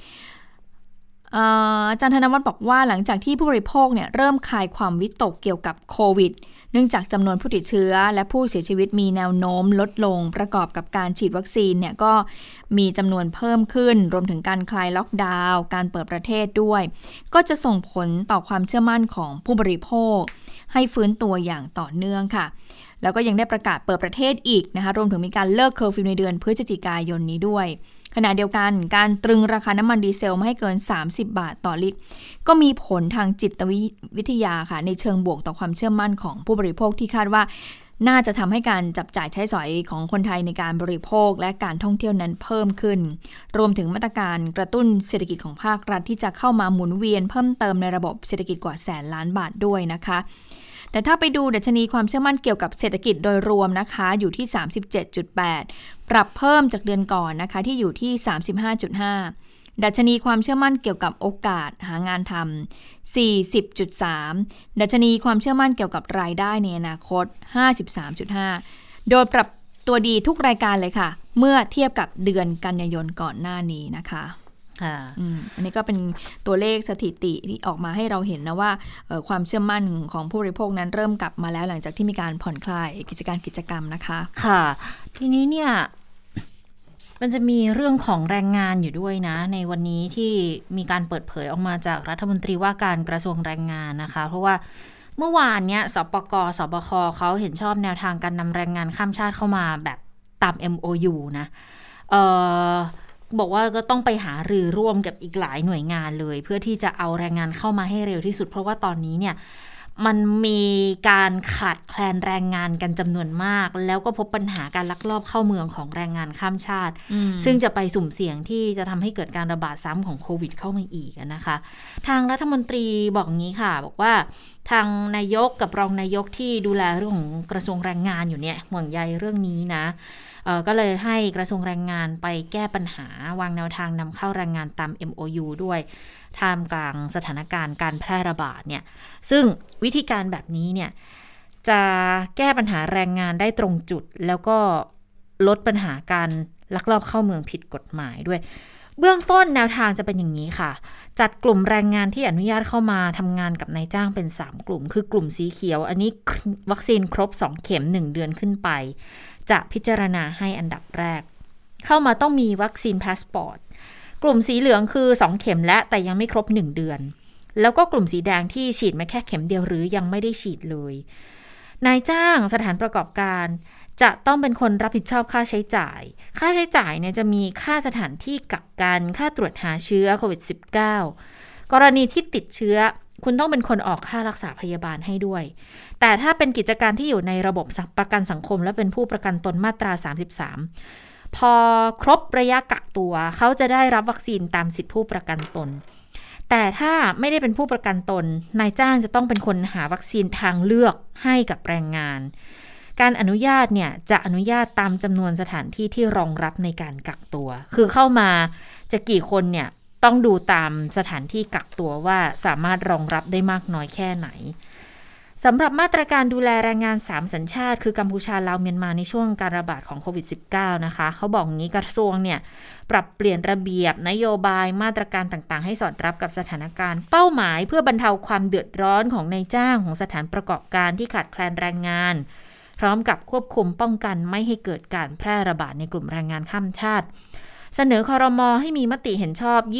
อาจารย์ธนวัฒน์บอกว่าหลังจากที่ผู้บริโภคเนี่ยเริ่มคลายความวิตกเกี่ยวกับโควิดเนื่องจากจำนวนผู้ติดเชื้อและผู้เสียชีวิตมีแนวโน้มลดลงประกอบกับการฉีดวัคซีนเนี่ยก็มีจำนวนเพิ่มขึ้นรวมถึงการคลายล็อกดาวน์การเปิดประเทศด้วยก็จะส่งผลต่อความเชื่อมั่นของผู้บริโภคให้ฟื้นตัวอย่างต่อเนื่องค่ะแล้วก็ยังได้ประกาศเปิดประเทศอีกนะคะรวมถึงมีการเลิกเคอร์ฟิวในเดือนพฤศจิกายนนี้ด้วยขณะเดียวกันการตรึงราคาน้ำมันดีเซลไม่ให้เกิน30บาทต่อลิตรก็มีผลทางจิตวิทยาค่ะในเชิงบวกต่อความเชื่อมั่นของผู้บริโภคที่คาดว่าน่าจะทำให้การจับจ่ายใช้สอยของคนไทยในการบริโภคและการท่องเที่ยวนั้นเพิ่มขึ้นรวมถึงมาตรการกระตุ้นเศรษฐกิจของภาครัฐที่จะเข้ามาหมุนเวียนเพิ่มเติมในระบบเศรษฐกิจกว่าแสนล้านบาทด้วยนะคะแต่ถ้าไปดูดัชนีความเชื่อมั่นเกี่ยวกับเศรษฐกิจโดยรวมนะคะอยู่ที่ 37.8 ปรับเพิ่มจากเดือนก่อนนะคะที่อยู่ที่ 35.5 ดัชนีความเชื่อมั่นเกี่ยวกับโอกาสหางานทำ 40.3 ดัชนีความเชื่อมั่นเกี่ยวกับรายได้ในอนาคต 53.5 โดยปรับตัวดีทุกรายการเลยค่ะเมื่อเทียบกับเดือนกันยายนก่อนหน้านี้นะคะอันนี้ก็เป็นตัวเลขสถิติที่ออกมาให้เราเห็นนะว่าความเชื่อมั่นของผู้บริโภคนั้นเริ่มกลับมาแล้วหลังจากที่มีการผ่อนคลายกิจกรรมนะคะค่ะทีนี้เนี่ยมันจะมีเรื่องของแรงงานอยู่ด้วยนะในวันนี้ที่มีการเปิดเผยออกมาจากรัฐมนตรีว่าการกระทรวงแรงงานนะคะเพราะว่าเมื่อวานเนี้ยสปก.สบค.เขาเห็นชอบแนวทางการนำแรงงานข้ามชาติเข้ามาแบบตาม MOU นะบอกว่าก็ต้องไปหารือร่วมกับอีกหลายหน่วยงานเลยเพื่อที่จะเอาแรงงานเข้ามาให้เร็วที่สุดเพราะว่าตอนนี้เนี่ยมันมีการขาดแคลนแรงงานกันจำนวนมากแล้วก็พบปัญหาการลักลอบเข้าเมืองของแรงงานข้ามชาติซึ่งจะไปสุ่มเสี่ยงที่จะทำให้เกิดการระบาดซ้ำของโควิดเข้ามาอีกนะคะทางรัฐมนตรีบอกงี้ค่ะบอกว่าทางนายกกับรองนายกที่ดูแลเรื่องของกระทรวงแรงงานอยู่เนี่ยห่วงใยเรื่องนี้นะก็เลยให้กระทรวงแรงงานไปแก้ปัญหาวางแนวทางนำเข้าแรงงานตาม MOU ด้วยท่ามกลางสถานการณ์การแพร่ระบาดเนี่ยซึ่งวิธีการแบบนี้เนี่ยจะแก้ปัญหาแรงงานได้ตรงจุดแล้วก็ลดปัญหาการลักลอบเข้าเมืองผิดกฎหมายด้วยเบื้องต้นแนวทางจะเป็นอย่างนี้ค่ะจัดกลุ่มแรงงานที่อนุญาตเข้ามาทำงานกับนายจ้างเป็น3กลุ่มคือกลุ่มสีเขียวอันนี้วัคซีนครบ2เข็ม1เดือนขึ้นไปจะพิจารณาให้อันดับแรกเข้ามาต้องมีวัคซีนพาสปอร์ตกลุ่มสีเหลืองคือ2เข็มและแต่ยังไม่ครบ1เดือนแล้วก็กลุ่มสีแดงที่ฉีดมาแค่เข็มเดียวหรือยังไม่ได้ฉีดเลยนายจ้างสถานประกอบการจะต้องเป็นคนรับผิดชอบค่าใช้จ่ายเนี่ยจะมีค่าสถานที่กักกันค่าตรวจหาเชื้อโควิด -19 กรณีที่ติดเชื้อคุณต้องเป็นคนออกค่ารักษาพยาบาลให้ด้วยแต่ถ้าเป็นกิจการที่อยู่ในระบบประกันสังคมและเป็นผู้ประกันตนมาตรา33พอครบระยะกักตัวเขาจะได้รับวัคซีนตามสิทธิผู้ประกันตนแต่ถ้าไม่ได้เป็นผู้ประกันตนนายจ้างจะต้องเป็นคนหาวัคซีนทางเลือกให้กับแรงงานการอนุญาตเนี่ยจะอนุญาตตามจำนวนสถานที่ที่รองรับในการกักตัวคือเข้ามาจะกี่คนเนี่ยต้องดูตามสถานที่กักตัวว่าสามารถรองรับได้มากน้อยแค่ไหนสำหรับมาตรการดูแลแรงงาน3สัญชาติคือกัมพูชาลาวเมียนมาในช่วงการระบาดของโควิด -19 นะคะเขาบอกอย่างนี้กระทรวงเนี่ยปรับเปลี่ยนระเบียบนโยบายมาตรการต่างๆให้สอดรับกับสถานการณ์เป้าหมายเพื่อบรรเทาความเดือดร้อนของนายจ้างของสถานประกอบการที่ขาดแคลนแรงงานพร้อมกับควบคุมป้องกันไม่ให้เกิดการแพร่ระบาดในกลุ่มแรงงานข้ามชาติเสนอครม.ให้มีมติเห็นชอบ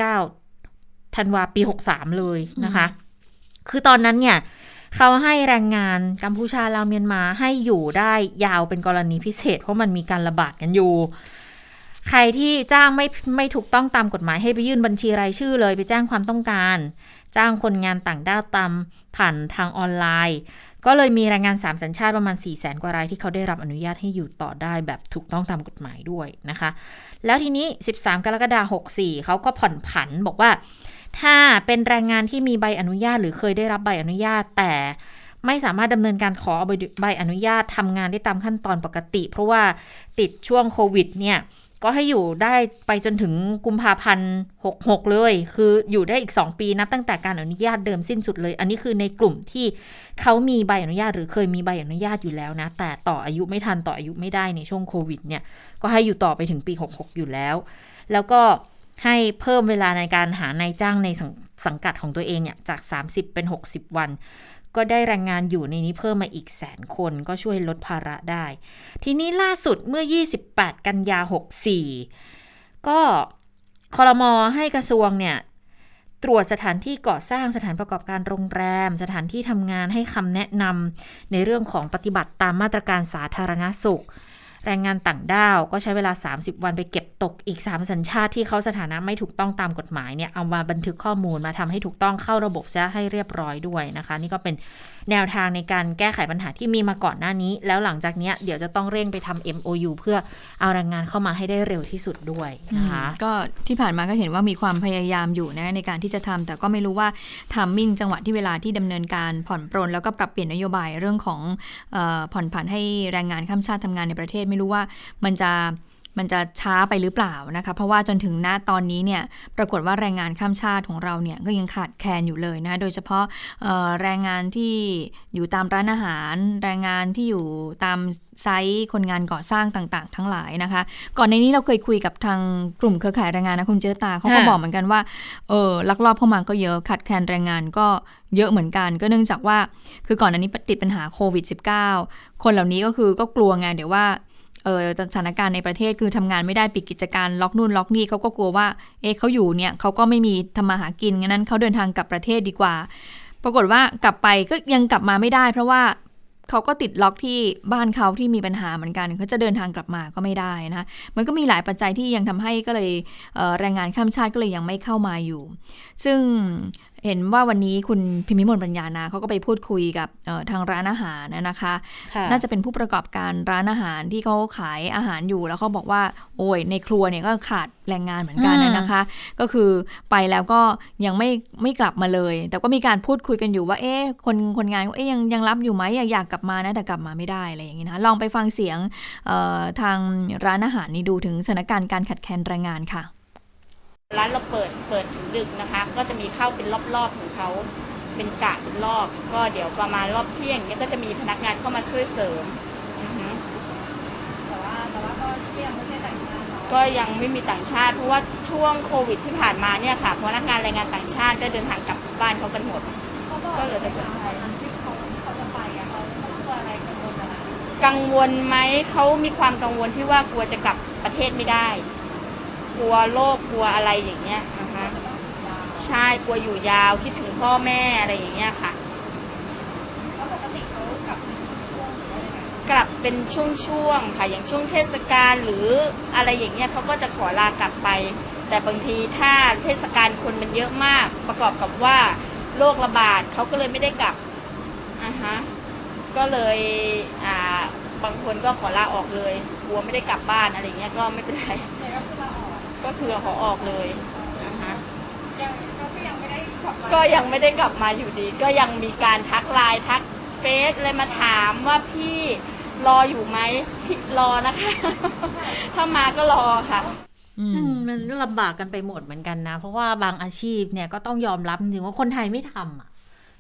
29ธันวาคมปี63เลยนะคะคือตอนนั้นเนี่ยเขาให้แรงงานกัมพูชาลาวเมียนมาให้อยู่ได้ยาวเป็นกรณีพิเศษเพราะมันมีการระบาดกันอยู่ใครที่จ้างไม่ถูกต้องตามกฎหมายให้ไปยื่นบัญชีรายชื่อเลยไปแจ้งความต้องการจ้างคนงานต่างด้าวตามผ่านทางออนไลน์ก็เลยมีแรงงาน3สัญชาติประมาณ 400,000 กว่ารายที่เขาได้รับอนุญาตให้อยู่ต่อได้แบบถูกต้องตามกฎหมายด้วยนะคะแล้วทีนี้13กรกฎาคม64เขาก็ผ่อนผันบอกว่าถ้าเป็นแรงงานที่มีใบอนุญาตหรือเคยได้รับใบอนุญาตแต่ไม่สามารถดำเนินการขอใบอนุญาตทำงานได้ตามขั้นตอนปกติเพราะว่าติดช่วงโควิดเนี่ยก็ให้อยู่ได้ไปจนถึงกุมภาพันธ์66เลยคืออยู่ได้อีก2ปีนับตั้งแต่การอนุญาตเดิมสิ้นสุดเลยอันนี้คือในกลุ่มที่เขามีใบอนุญาตหรือเคยมีใบอนุญาตอยู่แล้วนะแต่ต่ออายุไม่ทันต่ออายุไม่ได้ในช่วงโควิดเนี่ยก็ให้อยู่ต่อไปถึงปี66อยู่แล้วก็ให้เพิ่มเวลาในการหานายจ้างในสังกัดของตัวเองเนี่ยจาก30เป็น60วันก็ได้แรงงานอยู่ในนี้เพิ่มมาอีก100,000 คนก็ช่วยลดภาระได้ทีนี้ล่าสุดเมื่อ28กันยา64ก็ครม.ให้กระทรวงเนี่ยตรวจสถานที่ก่อสร้างสถานประกอบการโรงแรมสถานที่ทำงานให้คำแนะนำในเรื่องของปฏิบัติตามมาตรการสาธารณสุขแรงงานต่างด้าวก็ใช้เวลา30วันไปเก็บตกอีก3สัญชาติที่เขาสถานะไม่ถูกต้องตามกฎหมายเนี่ยเอามาบันทึกข้อมูลมาทำให้ถูกต้องเข้าระบบซะให้เรียบร้อยด้วยนะคะนี่ก็เป็นแนวทางในการแก้ไขปัญหาที่มีมาก่อนหน้านี้แล้วหลังจากนี้เดี๋ยวจะต้องเร่งไปทำ MOU เพื่อเอาแรงงานเข้ามาให้ได้เร็วที่สุดด้วยนะคะก็ที่ผ่านมาก็เห็นว่ามีความพยายามอยู่นะในการที่จะทำแต่ก็ไม่รู้ว่าไทมิ่งจังหวะที่เวลาที่ดำเนินการผ่อนปรนแล้วก็ปรับเปลี่ยนนโยบายเรื่องของผ่อนผันให้แรงงานข้ามชาติทำงานในประเทศไม่รู้ว่ามันจะช้าไปหรือเปล่านะคะเพราะว่าจนถึงณตอนนี้เนี่ยปรากฏว่าแรงงานข้ามชาติของเราเนี่ยก็ยังขาดแคลนอยู่เลยนะโดยเฉพาะแรงงานที่อยู่ตามร้านอาหารแรงงานที่อยู่ตามไซต์คนงานก่อสร้างต่างๆทั้งหลายนะคะก่อนในนี้เราเคยคุยกับทางกลุ่มเครือข่ายแรงงานนะคุณเจอตาเขาก็บอกเหมือนกันว่าลักลอบเข้ามาก็เยอะขาดแคลนแรงงานก็เยอะเหมือนกันก็เนื่องจากว่าคือก่อนอันนี้ติดปัญหาโควิด -19 คนเหล่านี้ก็กลัวไงเดี๋ยวว่าสถานการณ์ในประเทศคือทำงานไม่ได้ปิดกิจการล็อกนู่นล็อกนี่เขาก็กลัวว่าเขาอยู่เนี่ยเขาก็ไม่มีทำมาหากินงั้นเขาเดินทางกลับประเทศดีกว่าปรากฏว่ากลับไปก็ยังกลับมาไม่ได้เพราะว่าเขาก็ติดล็อกที่บ้านเขาที่มีปัญหาเหมือนกันเขาจะเดินทางกลับมาก็ไม่ได้นะมันก็มีหลายปัจจัยที่ยังทำให้ก็เลยแรงงานข้ามชาติก็เลยยังไม่เข้ามาอยู่ซึ่งเห็นว่าวันนี้คุณพิมพิมลปัญญานาเขาก็ไปพูดคุยกับทางร้านอาหารนะคะน่าจะเป็นผู้ประกอบการร้านอาหารที่เขาขายอาหารอยู่แล้วเขาบอกว่าโอ้ยในครัวเนี่ยก็ขาดแรงงานเหมือนกันนะคะก็คือไปแล้วก็ยังไม่กลับมาเลยแต่ก็มีการพูดคุยกันอยู่ว่าคนงานยังรับอยู่ไหมอยากกลับมานะแต่กลับมาไม่ได้อะไรอย่างนี้นะลองไปฟังเสียงทางร้านอาหารนี่ดูถึงสถานการณ์การขาดแคลนแรงงานค่ะร้านเราเปิดถึงดึกนะคะก็จะมีเข้าเป็นรอบๆของเขาเป็นกะเป็นรอบก็เดี๋ยวประมาณรอบเที่ยงเนี้ยก็จะมีพนักงานเข้ามาช่วยเสริมแต่ว่าก็ยังไม่ใช่ต่างชาติก็ยังไม่มีต่างชาติเพราะว่าช่วงโควิดที่ผ่านมาเนี่ยค่ะพนักงานแรงงานต่างชาติได้เดินทางกลับบ้านเขากันหมดก็เหลือแต่คนไทยที่เขาจะไปเขากลัวอะไรกังวลอะไรกังวลไหมเขามีความกังวลที่ว่ากลัวจะกลับประเทศไม่ได้กลัวโรคกลัวอะไรอย่างเงี้ยนะคะใช่กลัวอยู่ยาวคิดถึงพ่อแม่อะไรอย่างเงี้ยค่ะแล้วปกติเขากลับเป็นช่วงกลับเป็นช่วงค่ะอย่างช่วงเทศกาลหรืออะไรอย่างเงี้ยเขาก็จะขอลากลับไปแต่บางทีถ้าเทศกาลคนมันเยอะมากประกอบกับว่าโรคระบาดเขาก็เลยไม่ได้กลับก็เลยบางคนก็ขอลาออกเลยกลัวไม่ได้กลับบ้านอะไรเงี้ยก็ไม่เป็นไรก็คือขอออกเลยก็ยังไม่ได้กลับมาอยู่ดีก็ยังมีการทักไลน์ทักเฟซเลยมาถามว่าพี่รออยู่ไหมพี่รอนะคะถ้ามาก็รอค่ะมันลำบากกันไปหมดเหมือนกันนะเพราะว่าบางอาชีพเนี่ยก็ต้องยอมรับจริงว่าคนไทยไม่ทำ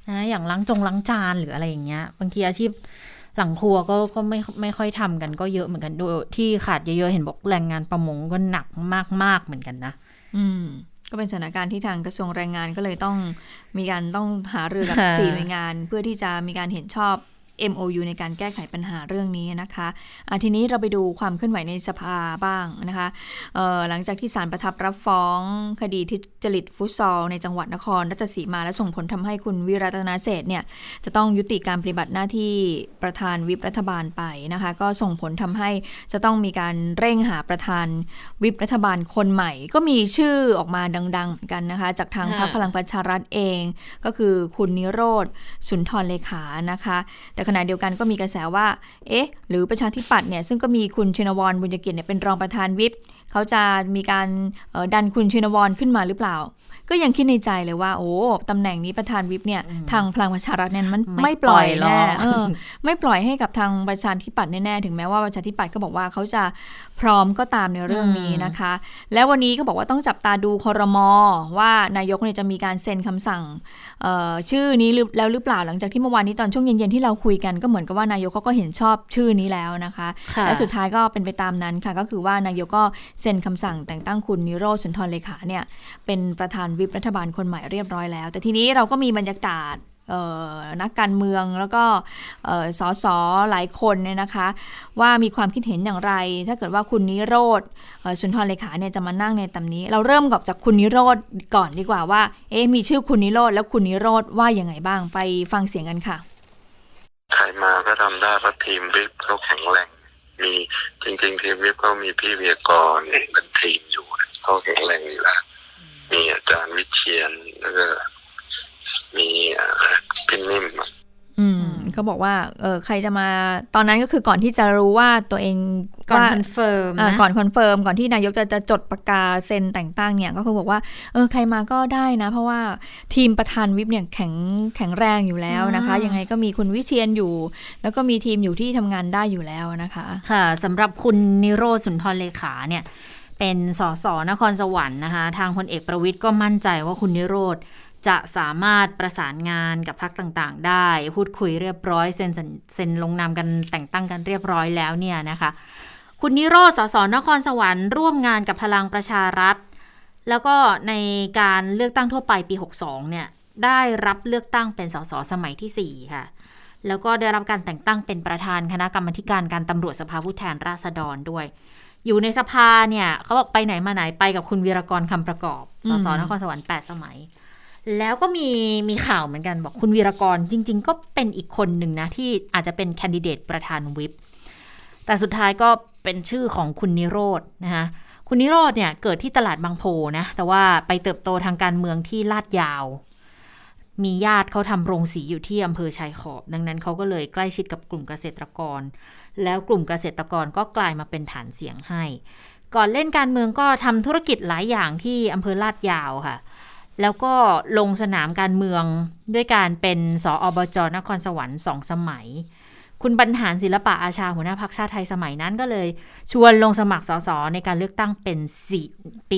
นะอย่างล้างจานหรืออะไรอย่างเงี้ยบางทีอาชีพหลังครัวก็ไม่ค่อยทำกันก็เยอะเหมือนกันโดยที่ขาดเยอะๆเห็นบอกแรงงานประมงก็หนักมากๆเหมือนกันนะก็เป็นสถานการณ์ที่ทางกระทรวงแรงงานก็เลยต้องหารือกับ 4 หน่วยงานเพื่อที่จะมีการเห็นชอบ MOU ในการแก้ไขปัญหาเรื่องนี้นะคะทีนี้เราไปดูความเคลื่อนไหวในสภาบ้างนะคะหลังจากที่ศาลประทับรับฟ้องคดีทุจริตฟุตซอลในจังหวัดนครราชสีมาและส่งผลทำให้คุณวิรัตนาเศรษฐ์เนี่ยจะต้องยุติการปฏิบัติหน้าที่ประธานวิปรัฐบาลไปนะคะก็ส่งผลทำให้จะต้องมีการเร่งหาประธานวิปรัฐบาลคนใหม่ก็มีชื่อออกมาดังๆเหมือนกันนะคะจากทางพรรคพลังประชารัฐเองก็คือคุณนิโรธสุนทรเลขานะคะแต่ขณะเดียวกันก็มีกระแสว่าหรือประชาธิปัตย์เนี่ยซึ่งก็มีคุณชินวรบุญเกียรติเนี่ยเป็นรองประธานวิปเขาจะมีการดันคุณชินวรขึ้นมาหรือเปล่าก็ยังคิดในใจเลยว่าตำแหน่งนี้ประธานวิปเนี่ยทางพลังประชารัฐเนี่ยมันไม่ปล่อยแน่ไม่ปล่อยให้กับทางประชาธิปัตย์แน่ๆถึงแม้ว่าประชาธิปัตย์ก็บอกว่าเขาจะพร้อมก็ตามในเรื่องนี้นะคะแล้ววันนี้ก็บอกว่าต้องจับตาดูครม.ว่านายกเนี่ยจะมีการเซ็นคำสั่งชื่อนี้แล้วหรือเปล่าหลังจากที่เมื่อวานนี้ตอนช่วงเย็นๆที่เราคุยกันก็เหมือนกับว่านายกเขาก็เห็นชอบชื่อนี้แล้วนะคะและสุดท้ายก็เป็นไปตามนั้นค่ะก็คือว่านายกก็เซ็นคำสั่งแต่งตั้งคุณนิโรธสุนทรเลขาเนี่ยเป็นประธานวิปรัฐบาลคนใหม่เรียบร้อยแล้วแต่ทีนี้เราก็มีบรรยากาศนักการเมืองแล้วก็สสหลายคนเนี่ยนะคะว่ามีความคิดเห็นอย่างไรถ้าเกิดว่าคุณนิโรธสุนทรเลขาเนี่ยจะมานั่งในตำนี้เราเริ่มจากคุณนิโรธก่อนดีกว่าว่ามีชื่อคุณนิโรธแล้วคุณนิโรธว่ายังไงบ้างไปฟังเสียงกันค่ะใครมาก็ทำได้เพราะทีมวิปเขาแข็งแรงมีจริงๆทีมวิปเขามีพี่วิทยากรเป็นทีมอยู่เขาแข็งแรงอยู่แล้วมีอาจารย์วิเชียรแล้วก็มีพี่นิ่มเขาบอกว่าใครจะมาตอนนั้นก็คือก่อนที่จะรู้ว่าตัวเองก่อนคอนเฟิร์มก่อนคอนเฟิร์มก่อนที่นายกจะจดปากกาเซ็นแต่งตั้งเนี่ยก็คือบอกว่าใครมาก็ได้นะเพราะว่าทีมประธานวิปเนี่ยแข็งแรงอยู่แล้วนะคะยังไงก็มีคุณวิเชียรอยู่แล้วก็มีทีมอยู่ที่ทำงานได้อยู่แล้วนะคะค่ะสำหรับคุณนิโรธสุนทรเลขาเนี่ยเป็นสสนครสวรรค์นะคะทางพลเอกประวิตรก็มั่นใจว่าคุณนิโรธจะสามารถประสานงานกับพรรคต่างๆได้พูดคุยเรียบร้อยเซ็นลงนามกันแต่งตั้งกันเรียบร้อยแล้วเนี่ยนะคะคุณนิโรธสสนครสวรรค์ร่วมงานกับพลังประชารัฐแล้วก็ในการเลือกตั้งทั่วไปปี62เนี่ยได้รับเลือกตั้งเป็นสสสมัยที่4ค่ะแล้วก็ได้รับการแต่งตั้งเป็นประธานคณะกรรมาธิการการตำรวจสภาผู้แทนราษฎรด้วยอยู่ในสภาเนี่ยเขาบอกไปไหนมาไหนไปกับคุณวีรกรคำประกอบสสนครสวรรค์8 สมัยแล้วก็มีข่าวเหมือนกันบอกคุณวีรกรจริงๆก็เป็นอีกคนหนึ่งนะที่อาจจะเป็นแคนดิเดตประธานวิปแต่สุดท้ายก็เป็นชื่อของคุณนิโรธนะคะคุณนิโรธเนี่ยเกิดที่ตลาดบางโพนะแต่ว่าไปเติบโตทางการเมืองที่ลาดยาวมีญาติเขาทำโรงสีอยู่ที่อำเภอชายขอบดังนั้นเขาก็เลยใกล้ชิดกับกลุ่มเกษตรกรแล้วกลุ่มเกษตรกรก็กลายมาเป็นฐานเสียงให้ก่อนเล่นการเมืองก็ทำธุรกิจหลายอย่างที่อำเภอลาดยาวค่ะแล้วก็ลงสนามการเมืองด้วยการเป็นสอบจ.นครสวรรค์2 สมัยคุณบรรหารศิลปะอาชาหัวหน้าพรรคชาติไทยสมัยนั้นก็เลยชวนลงสมัครสสในการเลือกตั้งเป็นปี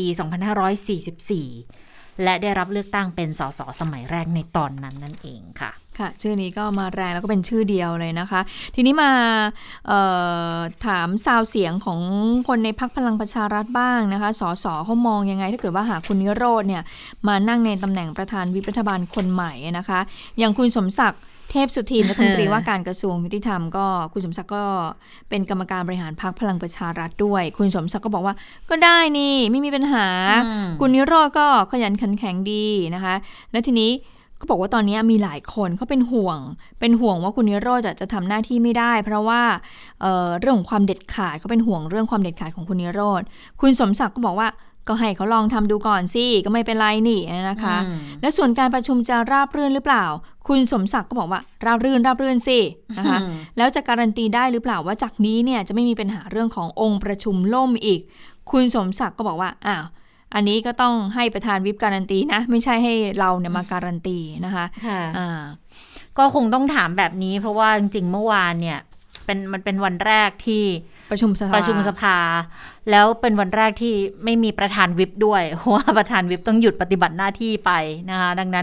2544 และได้รับเลือกตั้งเป็นสสสมัยแรกในตอนนั้นนั่นเองค่ะค่ะชื่อนี้ก็มาแรงแล้วก็เป็นชื่อเดียวเลยนะคะทีนี้มาถามซาวเสียงของคนในพรรคพลังประชารัฐบ้างนะคะสสเขามองยังไงถ้าเกิดว่าหากคุณนิโรธเนี่ยมานั่งในตำแหน่งประธานวิปรัฐบาลคนใหม่นะคะอย่างคุณสมศักดิ์เทพสุทินรัฐมนตรีว่าการกระทรวงยุติธรรมก็คุณสมศักดิ์ก็เป็นกรรมการบริหารพรรคพลังประชารัฐด้วยคุณสมศักดิ์ก็บอกว่าก็ได้นี่ไม่มีปัญหาคุณนิโรธก็ขยันขันแข็งดีนะคะแล้วทีนี้ก็บอกว่าตอนนี้มีหลายคนเขาเป็นห่วงว่าคุณนิโรธจะทำหน้าที่ไม่ได้เพราะว่าเรื่องของความเด็ดขาดเขาเป็นห่วงเรื่องความเด็ดขาดของคุณนิโรธคุณสมศักดิ์ก็บอกว่าก็ให้เขาลองทำดูก่อนสิก็ไม่เป็นไรนี่นะคะและส่วนการประชุมจะราบรื่นหรือเปล่าคุณสมศักดิ์ก็บอกว่าราบรื่นสินะคะแล้วจะการันตีได้หรือเปล่าว่าจากนี้เนี่ยจะไม่มีปัญหาเรื่องขององค์ประชุมล่มอีกคุณสมศักดิ์ก็บอกว่าอันนี้ก็ต้องให้ประธานวิปการันตีนะไม่ใช่ให้เราเนี่ยมาการันตีนะคะก็คงต้องถามแบบนี้เพราะว่าจริงๆเมื่อวานเนี่ยมันเป็นวันแรกที่ประชุมสภาแล้วเป็นวันแรกที่ไม่มีประธานวิปด้วยเพราะว่าประธานวิปต้องหยุดปฏิบัติหน้าที่ไปนะคะดังนั้น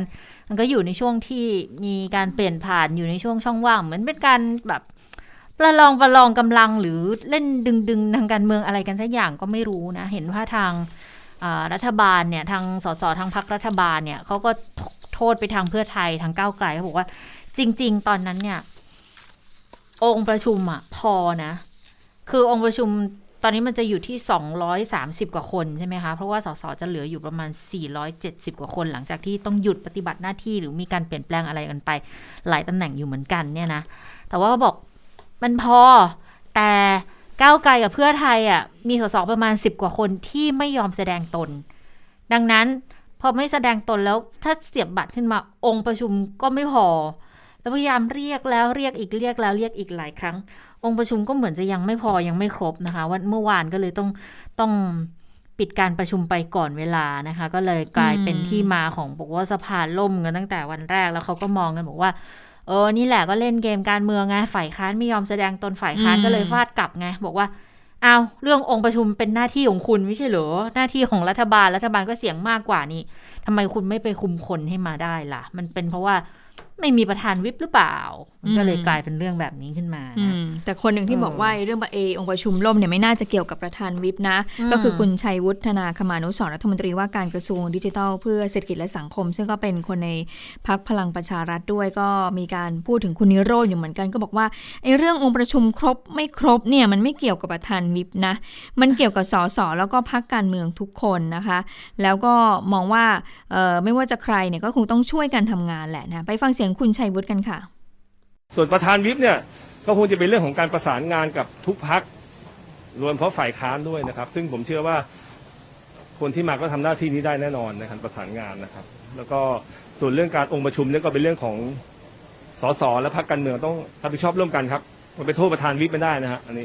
มันก็อยู่ในช่วงที่มีการเปลี่ยนผ่านอยู่ในช่วงช่องว่างเหมือนเป็นการแบบประลองกำลังหรือเล่นดึงทางการเมืองอะไรกันสักอย่างก็ไม่รู้นะเห็นว่าทางรัฐบาลเนี่ยทางสสทางพรรครัฐบาลเนี่ยเขาก็โทษไปทางเพื่อไทยทางก้าวไกลเขาบอกว่าจริงๆตอนนั้นเนี่ยองค์ประชุมพอนะคือองค์ประชุมตอนนี้มันจะอยู่ที่230กว่าคนใช่ไหมคะเพราะว่าสสจะเหลืออยู่ประมาณ470กว่าคนหลังจากที่ต้องหยุดปฏิบัติหน้าที่หรือมีการเปลี่ยนแปลงอะไรกันไปหลายตำแหน่งอยู่เหมือนกันเนี่ยนะแต่ว่าบอกมันพอแต่ก้าวไกลกับเพื่อไทยมีสสประมาณ10กว่าคนที่ไม่ยอมแสดงตนดังนั้นพอไม่แสดงตนแล้วถ้าเสียบบัตรขึ้นมาองค์ประชุมก็ไม่พอแล้วพยายามเรียกแล้วเรียกอีกเรียกแล้วเรียกอีกหลายครั้งองค์ประชุมก็เหมือนจะยังไม่พอยังไม่ครบนะคะวันเมื่อวานก็เลยต้องปิดการประชุมไปก่อนเวลานะคะก็เลยกลายเป็นที่มาของบอกว่าสภาล่มกันตั้งแต่วันแรกแล้วเขาก็มองกันบอกว่านี่แหละก็เล่นเกมการเมืองไงฝ่ายค้านไม่ยอมแสดงตนฝ่ายค้านก็เลยฟาดกลับไงบอกว่าเอาเรื่ององค์ประชุมเป็นหน้าที่ของคุณไม่ใช่เหรอหน้าที่ของรัฐบาลก็เสียงมากกว่านี้ทำไมคุณไม่ไปคุมคนให้มาได้ล่ะมันเป็นเพราะว่าไม่มีประธานวิปหรือเปล่ามันก็เลยกลายเป็นเรื่องแบบนี้ขึ้นมาแต่คนหนึ่งที่บอกว่าเรื่ององค์ประชุมล่มเนี่ยไม่น่าจะเกี่ยวกับประธานวิปนะก็คือคุณชัยวุฒิธนาคมานุสรณ์รัฐมนตรีว่าการกระทรวงดิจิทัลเพื่อเศรษฐกิจและสังคมซึ่งก็เป็นคนในพรรคพลังประชารัฐด้วยก็มีการพูดถึงคุณนิโรธอยู่เหมือนกันก็บอกว่าไอ้เรื่ององค์ประชุมครบไม่ครบเนี่ยมันไม่เกี่ยวกับประธานวิปนะมันเกี่ยวกับสสแล้วก็พรรคการเมืองทุกคนนะคะแล้วก็มองว่าไม่ว่าจะใครเนี่ยก็คงต้องช่วยกันทำงานแหละนะไปฟังเสียงคุณชัยวุฒิกันค่ะส่วนประธานวิปเนี่ยก็คงจะเป็นเรื่องของการประสานงานกับทุกพรรครวมเพราะฝ่ายค้านด้วยนะครับซึ่งผมเชื่อว่าคนที่มาก็ทำหน้าที่นี้ได้แน่นอนในการประสานงานนะครับแล้วก็ส่วนเรื่องการองค์ประชุมเนี่ยก็เป็นเรื่องของสสและพรรคการเมืองต้องรับผิดชอบร่วมกันครับมันไปโทษประธานวิปไม่ได้นะฮะอันนี้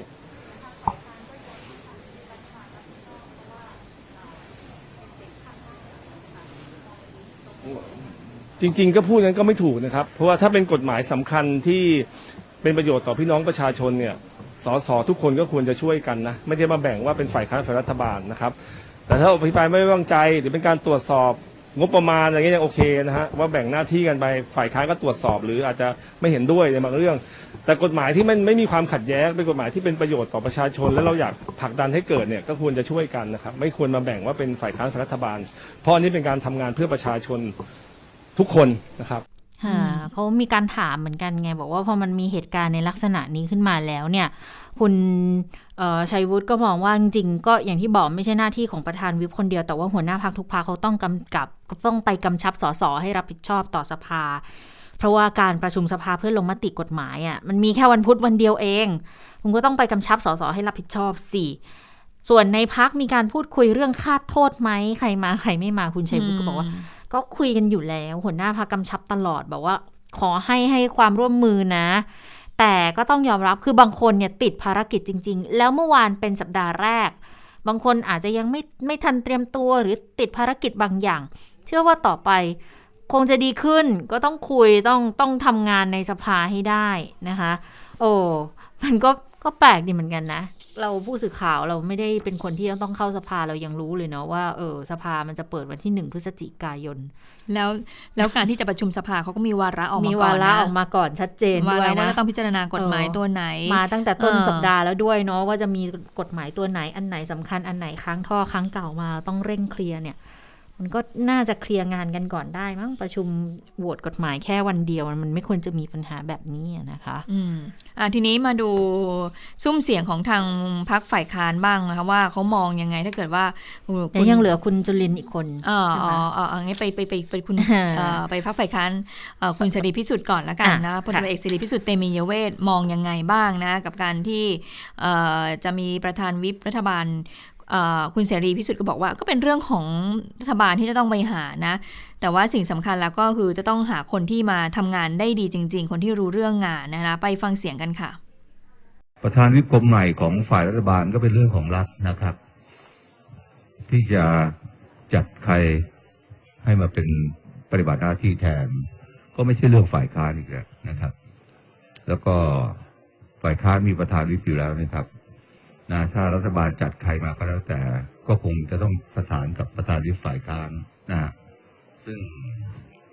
จริงๆก็พูดงั้นก็ไม่ถูกนะครับเพราะว่าถ้าเป็นกฎหมายสำคัญที่เป็นประโยชน์ต่อพี่น้องประชาชนเนี่ยสสทุกคนก็ควรจะช่วยกันนะไม่ได้มาแบ่งว่าเป็นฝ่ายค้านฝ่ายรัฐบาลนะครับแต่ถ้าอภิปรายไม่ไว้วางใจหรือเป็นการตรวจสอบงบประมาณอะไรเงี้ยยังโอเคนะฮะว่าแบ่งหน้าที่กันไปฝ่ายค้านก็ตรวจสอบหรืออาจจะไม่เห็นด้วยในบางเรื่องแต่กฎหมายที่มันไม่มีความขัดแย้งเป็นกฎหมายที่เป็นประโยชน์ต่อประชาชนและเราอยากผลักดันให้เกิดเนี่ยก็ควรจะช่วยกันนะครับไม่ควรมาแบ่งว่าเป็นฝ่ายค้านฝ่ายรัฐบาลเพราะอันนี้เป็นการทำงานเพื่อประชาชนทุกคนนะครับเขามีการถามเหมือนกันไงบอกว่าพอมันมีเหตุการณ์ในลักษณะนี้ขึ้นมาแล้วเนี่ยคุณชัยวุฒิก็มองว่าจริงๆก็อย่างที่บอกไม่ใช่หน้าที่ของประธานวิปคนเดียวแต่ว่าหัวหน้าพรรคทุกพรรคเขาต้องกำกับก็ต้องไปกำชับสสให้รับผิดชอบต่อสภาเพราะว่าการประชุมสภาเพื่อลงมติกฎหมายมันมีแค่วันพุธวันเดียวเองคุณก็ต้องไปกำชับสสให้รับผิดชอบสิส่วนในพรรคมีการพูดคุยเรื่องคาดโทษไหมใครมาใครไม่มาคุณชัยวุฒิก็บอกว่าก็คุยกันอยู่แล้วหัวหน้าพรรคกำชับตลอดบอกว่าขอให้ความร่วมมือนะแต่ก็ต้องยอมรับคือบางคนเนี่ยติดภารกิจจริงๆแล้วเมื่อวานเป็นสัปดาห์แรกบางคนอาจจะยังไม่ทันเตรียมตัวหรือติดภารกิจบางอย่างเชื่อว่าต่อไปคงจะดีขึ้นก็ต้องคุยต้องทำงานในสภาให้ได้นะคะมันก็แปลกดีเหมือนกันนะเราผู้สื่อข่าวเราไม่ได้เป็นคนที่ต้องเข้าสภาเรายังรู้เลยเนาะว่าสภามันจะเปิดวันที่1พฤศจิกายนแล้วการที่จะประชุมสภาเขาก็มีวาระออกมาก่อนนะมีวาระออกมาก่อนชัดเจนด้วยนะว่าจะต้องพิจารณากฎหมายตัวไหนมาตั้งแต่ต้นสัปดาห์แล้วด้วยเนาะว่าจะมีกฎหมายตัวไหนอันไหนสำคัญอันไหนค้างท่อค้างเก่ามาต้องเร่งเคลียร์เนี่ยมันก็น่าจะเคลียร์งานกันก่อนได้มั้งประชุมโหวตกฎหมายแค่วันเดียวมันไม่ควรจะมีปัญหาแบบนี้นะคะทีนี้มาดูซุ้มเสียงของทางพรรคฝ่ายค้านบ้างนะคะว่าเขามองยังไงถ้าเกิดว่ายังเหลือคุณจุลินทร์อีกคนงั้นไปคุณไปพรรคฝ่ายค้านคุณเสรีพิสุทธิ์ก่อนละกันนะพลตำรวจเอกเสรีพิสุทธิ์เตมียเวทมองยังไงบ้างนะกับการที่จะมีประธานวิปรัฐบาลคุณเสรีพิสุทธิ์ก็บอกว่าก็เป็นเรื่องของรัฐบาลที่จะต้องไปหานะแต่ว่าสิ่งสำคัญแล้วก็คือจะต้องหาคนที่มาทำงานได้ดีจริงๆคนที่รู้เรื่องงานนะคะไปฟังเสียงกันค่ะประธานวิปคนใหม่ของฝ่ายรัฐบาลก็เป็นเรื่องของรัฐนะครับที่จะจัดใครให้มาเป็นปฏิบัติหน้าที่แทนก็ไม่ใช่เรื่องฝ่ายค้านอีกแล้วนะครับแล้วก็ฝ่ายค้านมีประธานวิปอยู่แล้วนะครับถ้ารัฐบาลจัดใครมาก็แล้วแต่ก็คงจะต้องประสานกับประธานวิปฝ่ายค้านนะซึ่ง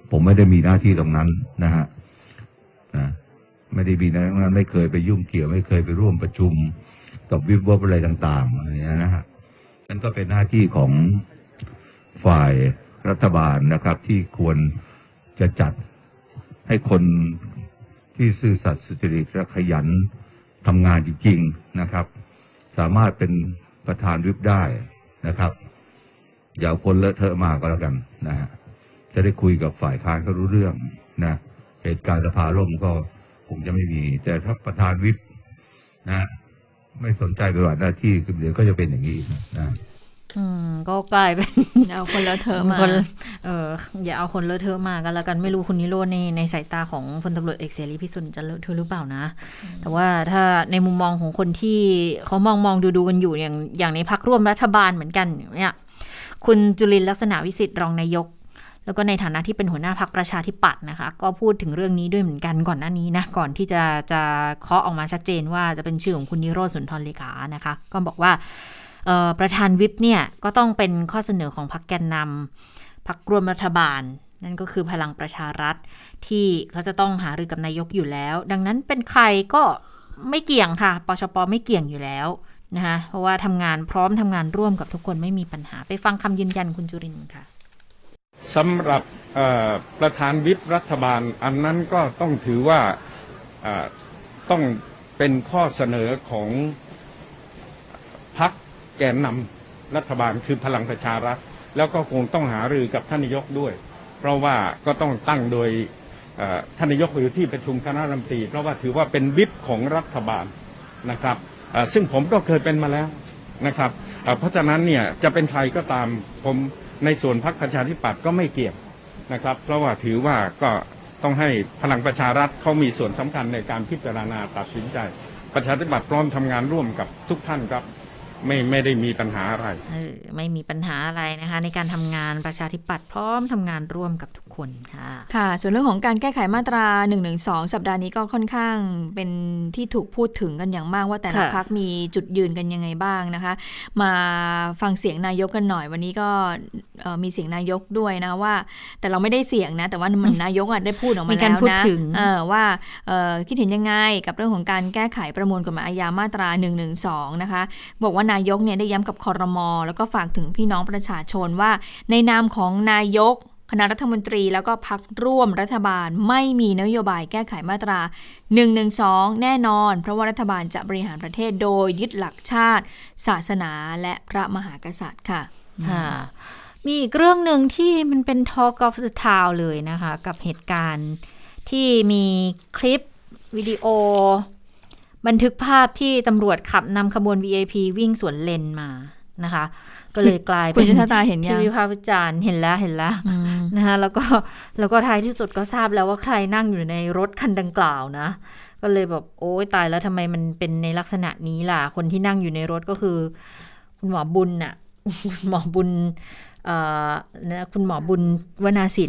ผมไม่ได้มีหน้าที่ตรงนั้นนะฮะไม่ได้มีหน้าที่ตรงนั้นไม่เคยไปยุ่งเกี่ยวไม่เคยไปร่วมประชุมกับวิบวับอะไรต่างๆอะไรอย่างนี้นะฮะนั่นก็เป็นหน้าที่ของฝ่ายรัฐบาลนะครับที่ควรจะจัดให้คนที่ซื่อสัตย์สุจริตและขยันทำงานจริงๆนะครับสามารถเป็นประธานวิปได้นะครับอย่าเอาคนเลอะเทอะมาก็แล้วกันนะฮะจะได้คุยกับฝ่ายค้านก็รู้เรื่องนะเหตุการณ์สภาล่มก็คงจะไม่มีแต่ถ้าประธานวิปนะไม่สนใจปฏิบัติหน้าที่เดี๋ยวก็จะเป็นอย่างนี้นะก็กลายเป็นเอาคนเลอะเทอะมาอย่าเอาคนเลอะเทอะมากันแล้วกันไม่รู้คุณนิโรธในสายตาของพลตำรวจเอกเสรีพิสุทธิ์จะเลอะเทอะหรือเปล่านะแต่ว่าถ้าในมุมมองของคนที่เขามองดูกันอยู่อย่างในพรรคร่วมรัฐบาลเหมือนกันเนี่ยคุณจุลินทร์ลักษณะวิสิทธิ์รองนายกแล้วก็ในฐานะที่เป็นหัวหน้าพรรคประชาธิปัตย์นะคะก็พูดถึงเรื่องนี้ด้วยเหมือนกันก่อนหน้านี้นะก่อนที่จะเคาะออกมาชัดเจนว่าจะเป็นชื่อของคุณนิโรธสุนทรเลขานะคะก็บอกว่าประธานวิปเนี่ยก็ต้องเป็นข้อเสนอของพรรคแกนนำพรรคร่วมรัฐบาลนั่นก็คือพลังประชารัฐที่เขาจะต้องหารือกับนายกอยู่แล้วดังนั้นเป็นใครก็ไม่เกี่ยงค่ะปชป.ไม่เกี่ยงอยู่แล้วนะคะเพราะว่าทำงานพร้อมทำงานร่วมกับทุกคนไม่มีปัญหาไปฟังคำยืนยันคุณจุรินทร์ค่ะสำหรับประธานวิปรัฐบาลอันนั้นก็ต้องถือว่าต้องเป็นข้อเสนอของพรรคแกนนำรัฐบาลคือพลังประชารัฐแล้วก็คงต้องหารือกับท่านนายกด้วยเพราะว่าก็ต้องตั้งโดยท่านนายกอยู่ที่ประชุมคณะรัฐมนตรีเพราะว่าถือว่าเป็นวิปของรัฐบาลนะครับซึ่งผมก็เคยเป็นมาแล้วนะครับเพราะฉะนั้นเนี่ยจะเป็นใครก็ตามผมในส่วนพรรคประชาธิปัตย์ก็ไม่เกี่ยวนะครับเพราะว่าถือว่าก็ต้องให้พลังประชารัฐเขามีส่วนสำคัญในการพิจารณาตัดสินใจประชาธิปัตย์พร้อมทำงานร่วมกับทุกท่านครับไม่ได้มีปัญหาอะไรไม่มีปัญหาอะไรนะคะในการทำงานประชาธิปัตย์พร้อมทำงานร่วมกับทุกคนค่ะค่ะส่วนเรื่องของการแก้ไขมาตรา 112 สัปดาห์นี้ก็ค่อนข้างเป็นที่ถูกพูดถึงกันอย่างมากว่าแต่ละพรรคมีจุดยืนกันยังไงบ้างนะคะมาฟังเสียงนายกกันหน่อยวันนี้ก็มีเสียงนายกด้วยนะว่าแต่เราไม่ได้เสียงนะแต่ว่ามันนายกได้พูดออกมาแล้วนะว่าคิดเห็นยังไงกับเรื่องของการแก้ไขประมวลกฎหมายอาญามาตรา 112 นะคะบอกว่านายกเนี่ยได้ย้ำกับครม.แล้วก็ฝากถึงพี่น้องประชาชนว่าในนามของนายกคณะรัฐมนตรีแล้วก็พรรคร่วมรัฐบาลไม่มีนโยบายแก้ไขมาตรา 112 แน่นอนเพราะว่ารัฐบาลจะบริหารประเทศโดยยึดหลักชาติศาสนาและพระมหากษัตริย์ค่ะมีอีกเรื่องหนึ่งที่มันเป็น Talk of the Town เลยนะคะกับเหตุการณ์ที่มีคลิปวิดีโอบันทึกภาพที่ตำรวจขับนำขบวน VIP วิ่งสวนเลนมานะคะก็เลยกลายเป็นที่วิพากษ์วิจารณ์เห็นแล้วนะคะแล้วก็ท้ายที่สุดก็ทราบแล้วว่าใครนั่งอยู่ในรถคันดังกล่าวนะก็เลยแบบโอ๊ยตายแล้วทำไมมันเป็นในลักษณะนี้ล่ะคนที่นั่งอยู่ในรถก็คือคุณหมอบุญน่ะคุณหมอบุญคุณหมอบุญวนาสิน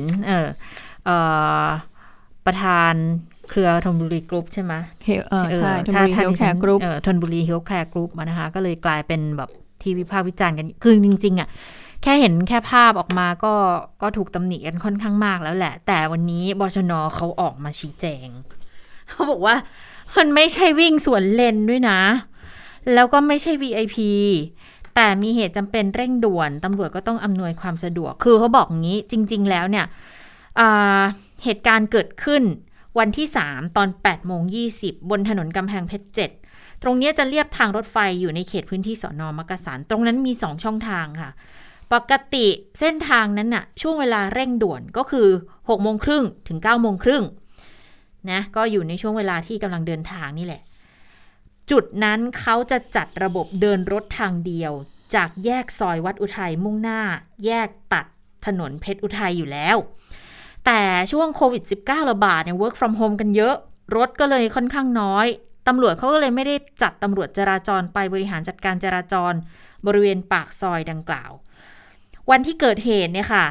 ประธานเครือธนบุรีกรุ๊ปใช่ไหมใช่ธนบุรีเฮลท์แคร์กรุ๊ปธนบุรีเฮลท์แคร์กรุ๊ปนะคะก็เลยกลายเป็นแบบที่วิพากษ์วิจารณ์กันคือจริงๆอ่ะแค่เห็นแค่ภาพออกมาก็ถูกตำหนิกันค่อนข้างมากแล้วแหละแต่วันนี้บชน.เขาออกมาชี้แจงเขาบอกว่ามันไม่ใช่วิ่งสวนเลนด้วยนะแล้วก็ไม่ใช่ VIP แต่มีเหตุจำเป็นเร่งด่วนตำรวจก็ต้องอำนวยความสะดวกคือเขาบอกงี้จริงๆแล้วเนี่ยเหตุการณ์เกิดขึ้นวันที่3ตอน 8:20 บนถนนกำแพงเพชร7ตรงนี้จะเลียบทางรถไฟอยู่ในเขตพื้นที่สน.มักกะสันตรงนั้นมี2ช่องทางค่ะปกติเส้นทางนั้นน่ะช่วงเวลาเร่งด่วนก็คือ 6:30 ถึง 9:30 นะก็อยู่ในช่วงเวลาที่กำลังเดินทางนี่แหละจุดนั้นเขาจะจัดระบบเดินรถทางเดียวจากแยกซอยวัดอุทัยมุ่งหน้าแยกตัดถนนเพชรอุทัยอยู่แล้วแต่ช่วงโควิด -19 ระบาดเนี่ย work from home กันเยอะรถก็เลยค่อนข้างน้อยตำรวจเขาก็เลยไม่ได้จัดตำรวจจราจรไปบริหารจัดการจราจรบริเวณปากซอยดังกล่าววันที่เกิดเหตุเนี่ยค่ะ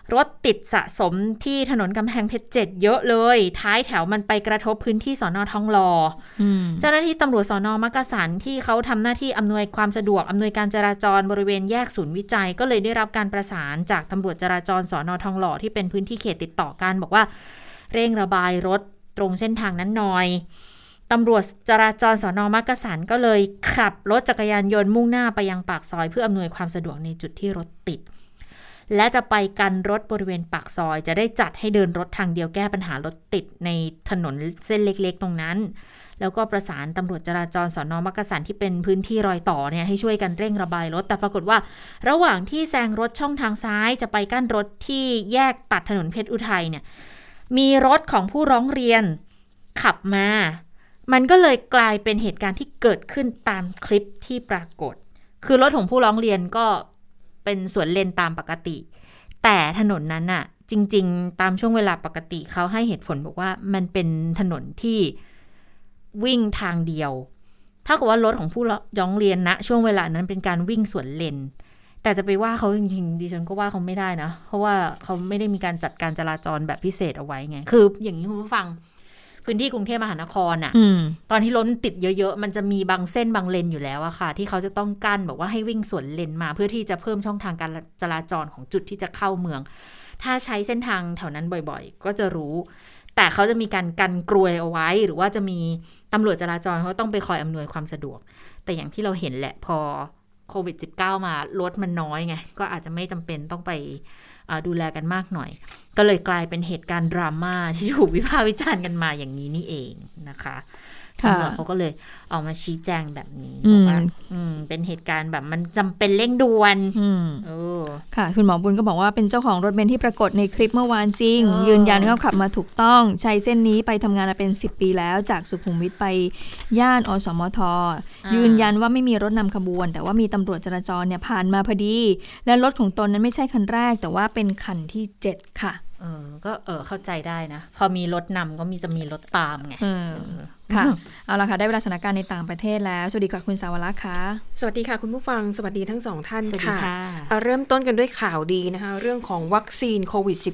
รถติดสะสมที่ถนนกำแพงเพชร7เยอะเลยท้ายแถวมันไปกระทบพื้นที่สน.ทองหล่อเจ้าหน้าที่ตำรวจสน.มักกะสันที่เขาทำหน้าที่อำนวยความสะดวกอำนวยการจราจรบริเวณแยกศูนย์วิจัยก็เลยได้รับการประสานจากตำรวจจราจรสน.ทองหล่อที่เป็นพื้นที่เขตติดต่อกันบอกว่าเร่งระบายรถตรงเส้นทางนั้นหน่อยตำรวจจราจรสน.มักกะสันก็เลยขับรถจักรยานยนต์มุ่งหน้าไปยังปากซอยเพื่ออำนวยความสะดวกในจุดที่รถติดและจะไปกันรถบริเวณปากซอยจะได้จัดให้เดินรถทางเดียวแก้ปัญหารถติดในถนนเส้นเล็กๆตรงนั้นแล้วก็ประสานตำรวจจราจรสน.มักกะสันที่เป็นพื้นที่รอยต่อเนี่ยให้ช่วยกันเร่งระบายรถแต่ปรากฏว่าระหว่างที่แซงรถช่องทางซ้ายจะไปกั้นรถที่แยกตัดถนนเพชรอุทัยเนี่ยมีรถของผู้ร้องเรียนขับมามันก็เลยกลายเป็นเหตุการณ์ที่เกิดขึ้นตามคลิปที่ปรากฏคือรถของผู้ร้องเรียนก็เป็นสวนเลนตามปกติแต่ถนนนั้นน่ะจริงๆตามช่วงเวลาปกติเขาให้เหตุผลบอกว่ามันเป็นถนนที่วิ่งทางเดียวถ้าเกิดว่ารถของผู้ร้องเรียนณช่วงเวลานั้นเป็นการวิ่งสวนเลนแต่จะไปว่าเขาจริงๆดิฉันก็ว่าเขาไม่ได้นะเพราะว่าเขาไม่ได้มีการจัดการจราจรแบบพิเศษเอาไว้ไงคืออย่างนี้คุณผู้ฟังพื้นที่กรุงเทพมหานครน่ะตอนที่รถติดเยอะๆมันจะมีบางเส้นบางเลนอยู่แล้วอะค่ะที่เขาจะต้องกั้นบอกว่าให้วิ่งสวนเลนมาเพื่อที่จะเพิ่มช่องทางการจราจรของจุดที่จะเข้าเมืองถ้าใช้เส้นทางแถวนั้นบ่อยๆก็จะรู้แต่เขาจะมีการกันกรวยเอาไว้หรือว่าจะมีตำรวจจราจรเขาต้องไปคอยอำนวยความสะดวกแต่อย่างที่เราเห็นแหละพอโควิด -19 มารถมันน้อยไงก็อาจจะไม่จำเป็นต้องไปดูแลกันมากหน่อยก็เลยกลายเป็นเหตุการณ์ดราม่าที่ถูกวิพากษ์วิจารณ์กันมาอย่างนี้นี่เองนะคะตำรวจเขาก็เลยออกมาชี้แจงแบบนี้ว่าเป็นเหตุการณ์แบบมันจำเป็นเร่งด่วนค่ะคุณหมอบุญก็บอกว่าเป็นเจ้าของรถเบนซ์ที่ปรากฏในคลิปเมื่อวานจริงยืนยันว่าขับมาถูกต้องใช้เส้นนี้ไปทำงานมาเป็น10ปีแล้วจากสุขุมวิทไปย่านอสมทยืนยันว่าไม่มีรถนำขบวนแต่ว่ามีตำรวจจราจรเนี่ยผ่านมาพอดีและรถของตนนั้นไม่ใช่คันแรกแต่ว่าเป็นคันที่7ค่ะก็เข้าใจได้นะพอมีรถนำก็จะมีรถตามไงค่ะเอาละค่ะได้เวลาสถานการณ์ในต่างประเทศแล้วสวัสดีค่ะคุณสาวรักษ์ค่ะสวัสดีค่ะคุณผู้ฟังสวัสดีทั้งสองท่านค่ะเริ่มต้นกันด้วยข่าวดีนะคะเรื่องของวัคซีนโควิด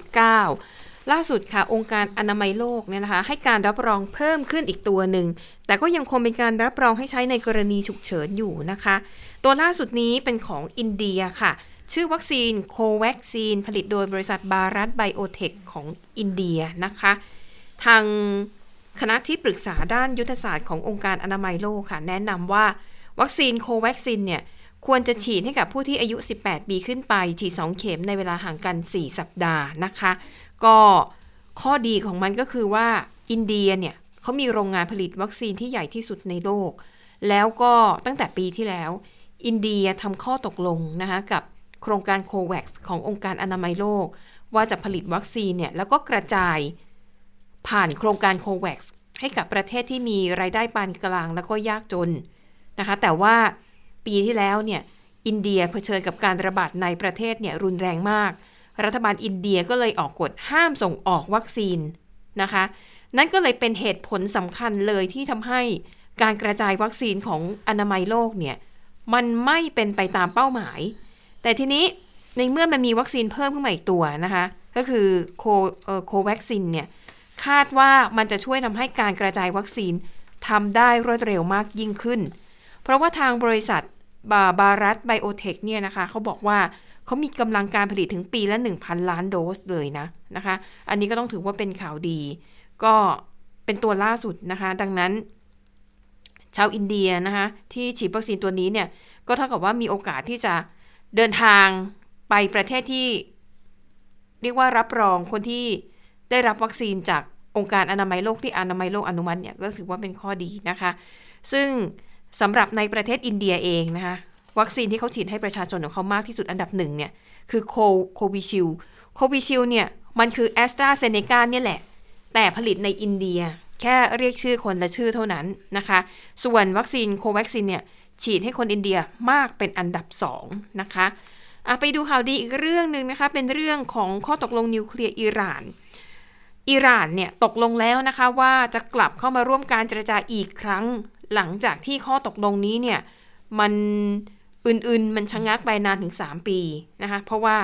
-19 ล่าสุดค่ะองค์การอนามัยโลกเนี่ยนะคะให้การรับรองเพิ่มขึ้นอีกตัวหนึ่งแต่ก็ยังคงเป็นการรับรองให้ใช้ในกรณีฉุกเฉินอยู่นะคะตัวล่าสุดนี้เป็นของอินเดียค่ะชื่อวัคซีนโควัคซีนผลิตโดยบริษัทบารัตไบโอเทคของอินเดียนะคะทางคณะที่ปรึกษาด้านยุทธศาสตร์ขององค์การอนามัยโลกค่ะแนะนำว่าวัคซีนโควัคซีนเนี่ยควรจะฉีดให้กับผู้ที่อายุ18ปีขึ้นไปฉีด2เข็มในเวลาห่างกัน4สัปดาห์นะคะก็ข้อดีของมันก็คือว่าอินเดียเนี่ยเขามีโรงงานผลิตวัคซีนที่ใหญ่ที่สุดในโลกแล้วก็ตั้งแต่ปีที่แล้วอินเดียทำข้อตกลงนะคะกับโครงการโควัคขององค์การอนามัยโลกว่าจะผลิตวัคซีนเนี่ยแล้วก็กระจายผ่านโครงการโควัคให้กับประเทศที่มีรายได้ปานกลางแล้วก็ยากจนนะคะแต่ว่าปีที่แล้วเนี่ยอินเดียเผชิญกับการระบาดในประเทศเนี่ยรุนแรงมากรัฐบาลอินเดียก็เลยออกกฎห้ามส่งออกวัคซีนนะคะนั่นก็เลยเป็นเหตุผลสำคัญเลยที่ทำให้การกระจายวัคซีนของอนามัยโลกเนี่ยมันไม่เป็นไปตามเป้าหมายแต่ทีนี้ในเมื่อมันมีวัคซีนเพิ่มขึ้นมาอีกตัวนะคะก็คือโควัคซีนเนี่ยคาดว่ามันจะช่วยทำให้การกระจายวัคซีนทำได้รวดเร็วมากยิ่งขึ้นเพราะว่าทางบริษัทบารัตไบโอเทคเนี่ยนะคะเขาบอกว่าเขามีกำลังการผลิตถึงปีละ 1,000 ล้านโดสเลยนะคะอันนี้ก็ต้องถือว่าเป็นข่าวดีก็เป็นตัวล่าสุดนะคะดังนั้นชาวอินเดียนะคะที่ฉีดวัคซีนตัวนี้เนี่ยก็เท่ากับว่ามีโอกาสที่จะเดินทางไปประเทศที่เรียกว่ารับรองคนที่ได้รับวัคซีนจากองค์การอนามัยโลกที่อนามัยโลกอนุมัติเนี่ยก็ถือว่าเป็นข้อดีนะคะซึ่งสำหรับในประเทศอินเดียเองนะคะวัคซีนที่เขาฉีดให้ประชาชนของเขามากที่สุดอันดับหนึ่งเนี่ยคือโควิชิลเนี่ยมันคือแอสตราเซเนกาเนี่ยแหละแต่ผลิตในอินเดียแค่เรียกชื่อคนละชื่อเท่านั้นนะคะส่วนวัคซีนโควัคซีนเนี่ยฉีดให้คนอินเดียมากเป็นอันดับ2นะคะไปดูข่าวดีอีกเรื่องนึงนะคะเป็นเรื่องของข้อตกลงนิวเคลียร์อิหร่านเนี่ยตกลงแล้วนะคะว่าจะกลับเข้ามาร่วมการเจรจาอีกครั้งหลังจากที่ข้อตกลงนี้เนี่ยมันมันชะงักไปนานถึง3ปีนะคะเพราะว่า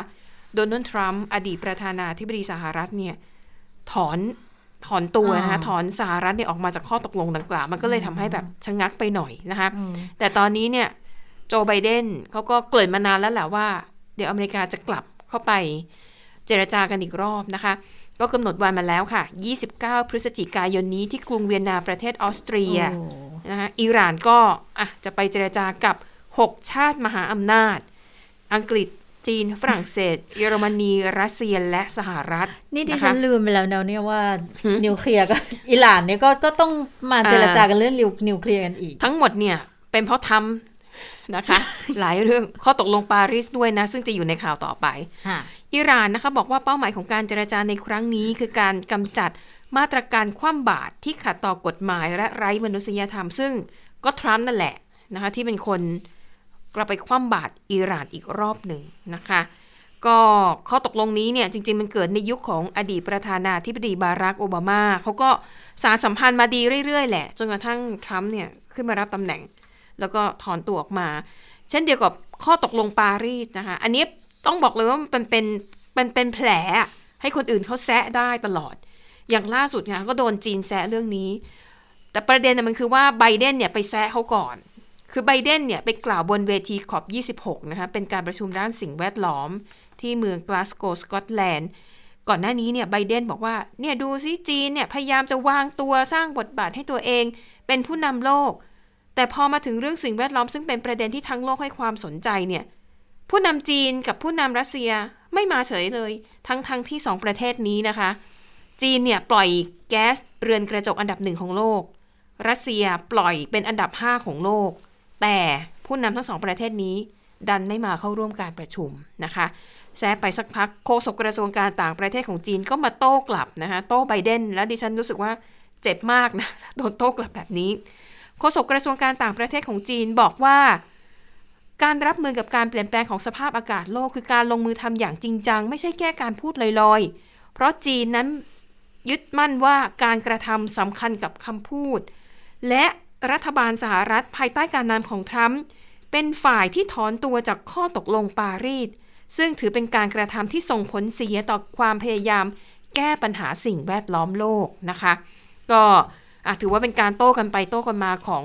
โดนัลด์ทรัมป์อดีตประธานาธิบดีสหรัฐเนี่ยถอนตัวนะคะถอนสหรัฐเนี่ยออกมาจากข้อตกลงดังกล่าวมันก็เลยทำให้แบบชะงักไปหน่อยนะคะแต่ตอนนี้เนี่ยโจไบเดนเขาก็เกริ่นมานานแล้วแหละว่าเดี๋ยวอเมริกาจะกลับเข้าไปเจรจากันอีกรอบนะคะก็กำหนดวันมาแล้วค่ะ29พฤศจิกายนนี้ที่กรุงเวียนนาประเทศออสเตรียนะคะอิหร่านก็จะไปเจรจากับ6ชาติมหาอำนาจอังกฤษจีนฝรั่งเศสเยอรมนีรัสเซียและสหรัฐนี่ดิฉันลืมไปแล้วเนี่ยว่านิวเคลียร์ก็อิหร่านเนี่ยก็ต้องมาเจรจากันเรื่องนิวเคลียร์กันอีกทั้งหมดเนี่ยเป็นเพราะทำนะคะ หลายเรื่องข้อตกลงปารีสด้วยนะซึ่งจะอยู่ในข่าวต่อไปอิหร่านนะคะบอกว่าเป้าหมายของการเจรจาในครั้งนี้คือการกำจัดมาตรการคว่ำบาตรที่ขัดต่อกฎหมายและไร้มนุษยธรรมซึ่งก็ทรัมป์นั่นแหละนะคะที่เป็นคนกลับไปคว่ำบาตรอิหร่านอีกรอบหนึ่งนะคะก็ข้อตกลงนี้เนี่ยจริงๆมันเกิดในยุคของอดีตประธานาธิบดีบารักโอบามาเขาก็สานสัมพันธ์มาดีเรื่อยๆแหละจนกระทั่งทรัมป์เนี่ยขึ้นมารับตำแหน่งแล้วก็ถอนตัวออกมาเช่นเดียวกับข้อตกลงปารีสนะคะอันนี้ต้องบอกเลยว่ามันเป็นแผลให้คนอื่นเขาแซะได้ตลอดอย่างล่าสุดเนี่ยก็โดนจีนแซะเรื่องนี้แต่ประเด็นมันคือว่าไบเดนเนี่ยไปแซะเขาก่อนคือไบเดนเนี่ยไปกล่าวบนเวทีคอป26นะคะเป็นการประชุมด้านสิ่งแวดล้อมที่เมืองกลาสโกว์สกอตแลนด์ก่อนหน้านี้เนี่ยไบเดนบอกว่าเนี่ยดูซิจีนเนี่ยพยายามจะวางตัวสร้างบทบาทให้ตัวเองเป็นผู้นำโลกแต่พอมาถึงเรื่องสิ่งแวดล้อมซึ่งเป็นประเด็นที่ทั้งโลกให้ความสนใจเนี่ยผู้นำจีนกับผู้นำรัสเซียไม่มาเฉยเลยทั้งที่2ประเทศนี้นะคะจีนเนี่ยปล่อยแก๊สเรือนกระจกอันดับ1ของโลกรัสเซียปล่อยเป็นอันดับ5ของโลกแต่ผู้นำทั้ง2ประเทศนี้ดันไม่มาเข้าร่วมการประชุมนะคะแซะไปสักพักโฆษกกระทรวงการต่างประเทศของจีนก็มาโต้กลับนะคะโต้ไบเดนแล้วดิฉันรู้สึกว่าเจ็บมากนะโดนโต้กลับแบบนี้โฆษกกระทรวงการต่างประเทศของจีนบอกว่าการรับมือกับการเปลี่ยนแปลงของสภาพอากาศโลกคือการลงมือทำอย่างจริงจังไม่ใช่แค่การพูดลอยๆเพราะจีนนั้นยึดมั่นว่าการกระทำสำคัญกับคำพูดและรัฐบาลสหรัฐภายใต้การนำของทรัมป์เป็นฝ่ายที่ถอนตัวจากข้อตกลงปารีสซึ่งถือเป็นการกระทำที่ส่งผลเสียต่อความพยายามแก้ปัญหาสิ่งแวดล้อมโลกนะคะก็ถือว่าเป็นการโต้กันไปโต้กันมาของ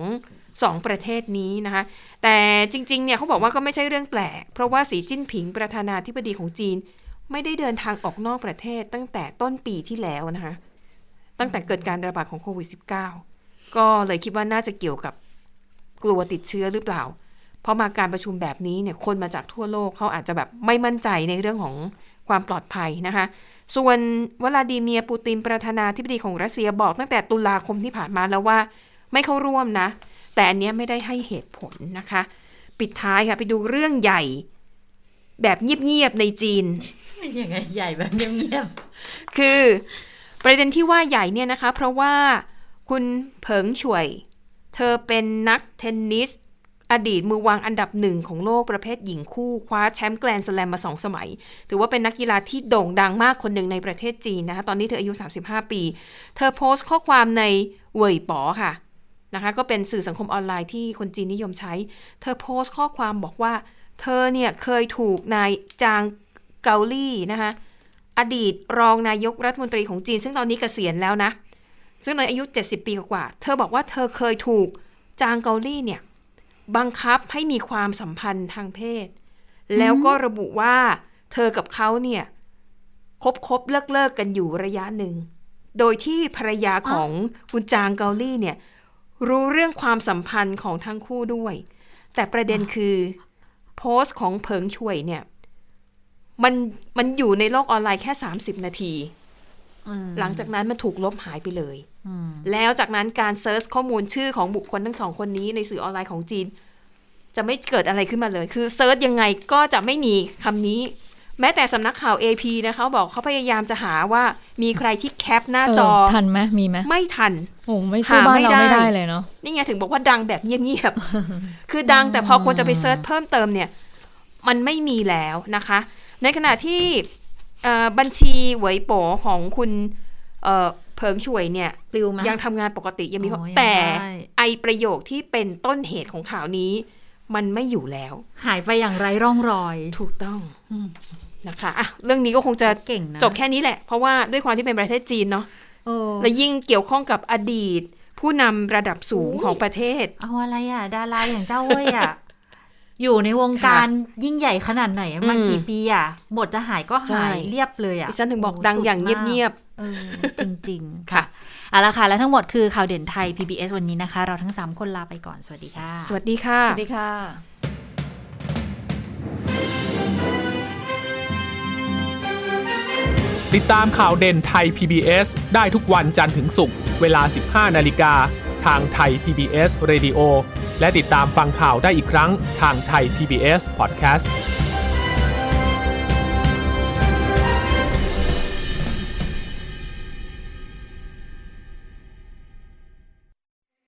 2ประเทศนี้นะคะแต่จริงๆเนี่ยเขาบอกว่าก็ไม่ใช่เรื่องแปลกเพราะว่าสีจิ้นผิงประธานาธิบดีของจีนไม่ได้เดินทางออกนอกประเทศตั้งแต่ต้นปีที่แล้วนะคะตั้งแต่เกิดการระบาดของโควิด -19 ก็เลยคิดว่าน่าจะเกี่ยวกับกลัวติดเชื้อหรือเปล่าเพราะมาการประชุมแบบนี้เนี่ยคนมาจากทั่วโลกเขาอาจจะแบบไม่มั่นใจในเรื่องของความปลอดภัยนะคะส่วนวลาดิเมียร์ปูตินประธานาธิบดีของรัสเซียบอกตั้งแต่ตุลาคมที่ผ่านมาแล้วว่าไม่เข้าร่วมนะแต่อันนี้ไม่ได้ให้เหตุผลนะคะปิดท้ายค่ะไปดูเรื่องใหญ่แบบเงียบๆในจีนเป็นยังไงใหญ่แบบเงียบๆคือประเด็นที่ว่าใหญ่เนี่ยนะคะเพราะว่าคุณเผิงฉวยเธอเป็นนักเทนนิสอดีตมือวางอันดับ1ของโลกประเภทหญิงคู่คว้าแชมป์แกรนด์สแลมมา2สมัยถือว่าเป็นนักกีฬาที่โด่งดังมากคนหนึ่งในประเทศจีนนะคะตอนนี้เธออายุ35ปีเธอโพสต์ข้อความในเว่ยป๋อค่ะนะคะก็เป็นสื่อสังคมออนไลน์ที่คนจีนนิยมใช้เธอโพสต์ข้อความบอกว่าเธอเนี่ยเคยถูกนายจางเกาลี่นะคะอดีตรองนายกรัฐมนตรีของจีนซึ่งตอนนี้เกษียณแล้วนะซึ่งในอายุ70ปีกว่าเธอบอกว่าเธอเคยถูกจางเกาลี่เนี่ยบังคับให้มีความสัมพันธ์ทางเพศแล้วก็ระบุว่าเธอกับเขาเนี่ยคบเลิกกันอยู่ระยะหนึ่งโดยที่ภรรยาของคุณจางเกาลี่เนี่ยรู้เรื่องความสัมพันธ์ของทั้งคู่ด้วยแต่ประเด็นคือโพสต์ของเผิงฉวยเนี่ยมันอยู่ในโลกออนไลน์แค่30นาทีหลังจากนั้นมันถูกลบหายไปเลยแล้วจากนั้นการเซิร์ชข้อมูลชื่อของบุคคลทั้ง2คนนี้ในสื่อออนไลน์ของจีนจะไม่เกิดอะไรขึ้นมาเลยคือเซิร์ชยังไงก็จะไม่มีคำนี้แม้แต่สำนักข่าว AP นะคะบอกเขาพยายามจะหาว่ามีใครที่แคปหน้าจอทันไหมมีไหมไม่ทันโอ้ไม่สู้บ้านเราไม่ได้เลยเนาะนี่ไงถึงบอกว่าดังแบบเงียบๆคือดังแต่พอคนจะไปเซิร์ชเพิ่มเติมเนี่ยมันไม่มีแล้วนะคะในขณะที่บัญชีเหวยโป๋ของคุณเผิงฉวยเนี่ยยังทำงานปกติยังมีแต่ไอประโยคที่เป็นต้นเหตุของข่าวนี้มันไม่อยู่แล้วหายไปอย่างไร้ร่องรอยถูกต้องนะคะอ่ะเรื่องนี้ก็คงจะจบแค่นี้แหละเพราะว่าด้วยความที่เป็นประเทศจีนเนาะและยิ่งเกี่ยวข้องกับอดีตผู้นำระดับสูงของประเทศเอาอะไรอ่ะดาราอย่างเจ้าเว้ยอ่ะอยู่ในวงการยิ่งใหญ่ขนาดไหนมากี่ปีอ่ะบทจะหายก็หายเรียบเลยอ่ะดิฉันถึงบอกดังอย่างเงียบๆจริงๆค่ะเอาละค่ะและทั้งหมดคือข่าวเด่นไทย PBS วันนี้นะคะเราทั้ง3คนลาไปก่อนสวัสดีค่ะสวัสดีค่ะสวัสดีค่ะติดตามข่าวเด่นไทย PBS ได้ทุกวันจันทร์ถึงศุกร์เวลา 15 นาฬิกาทางไทย PBS Radio และติดตามฟังข่าวได้อีกครั้งทางไทย PBS Podcast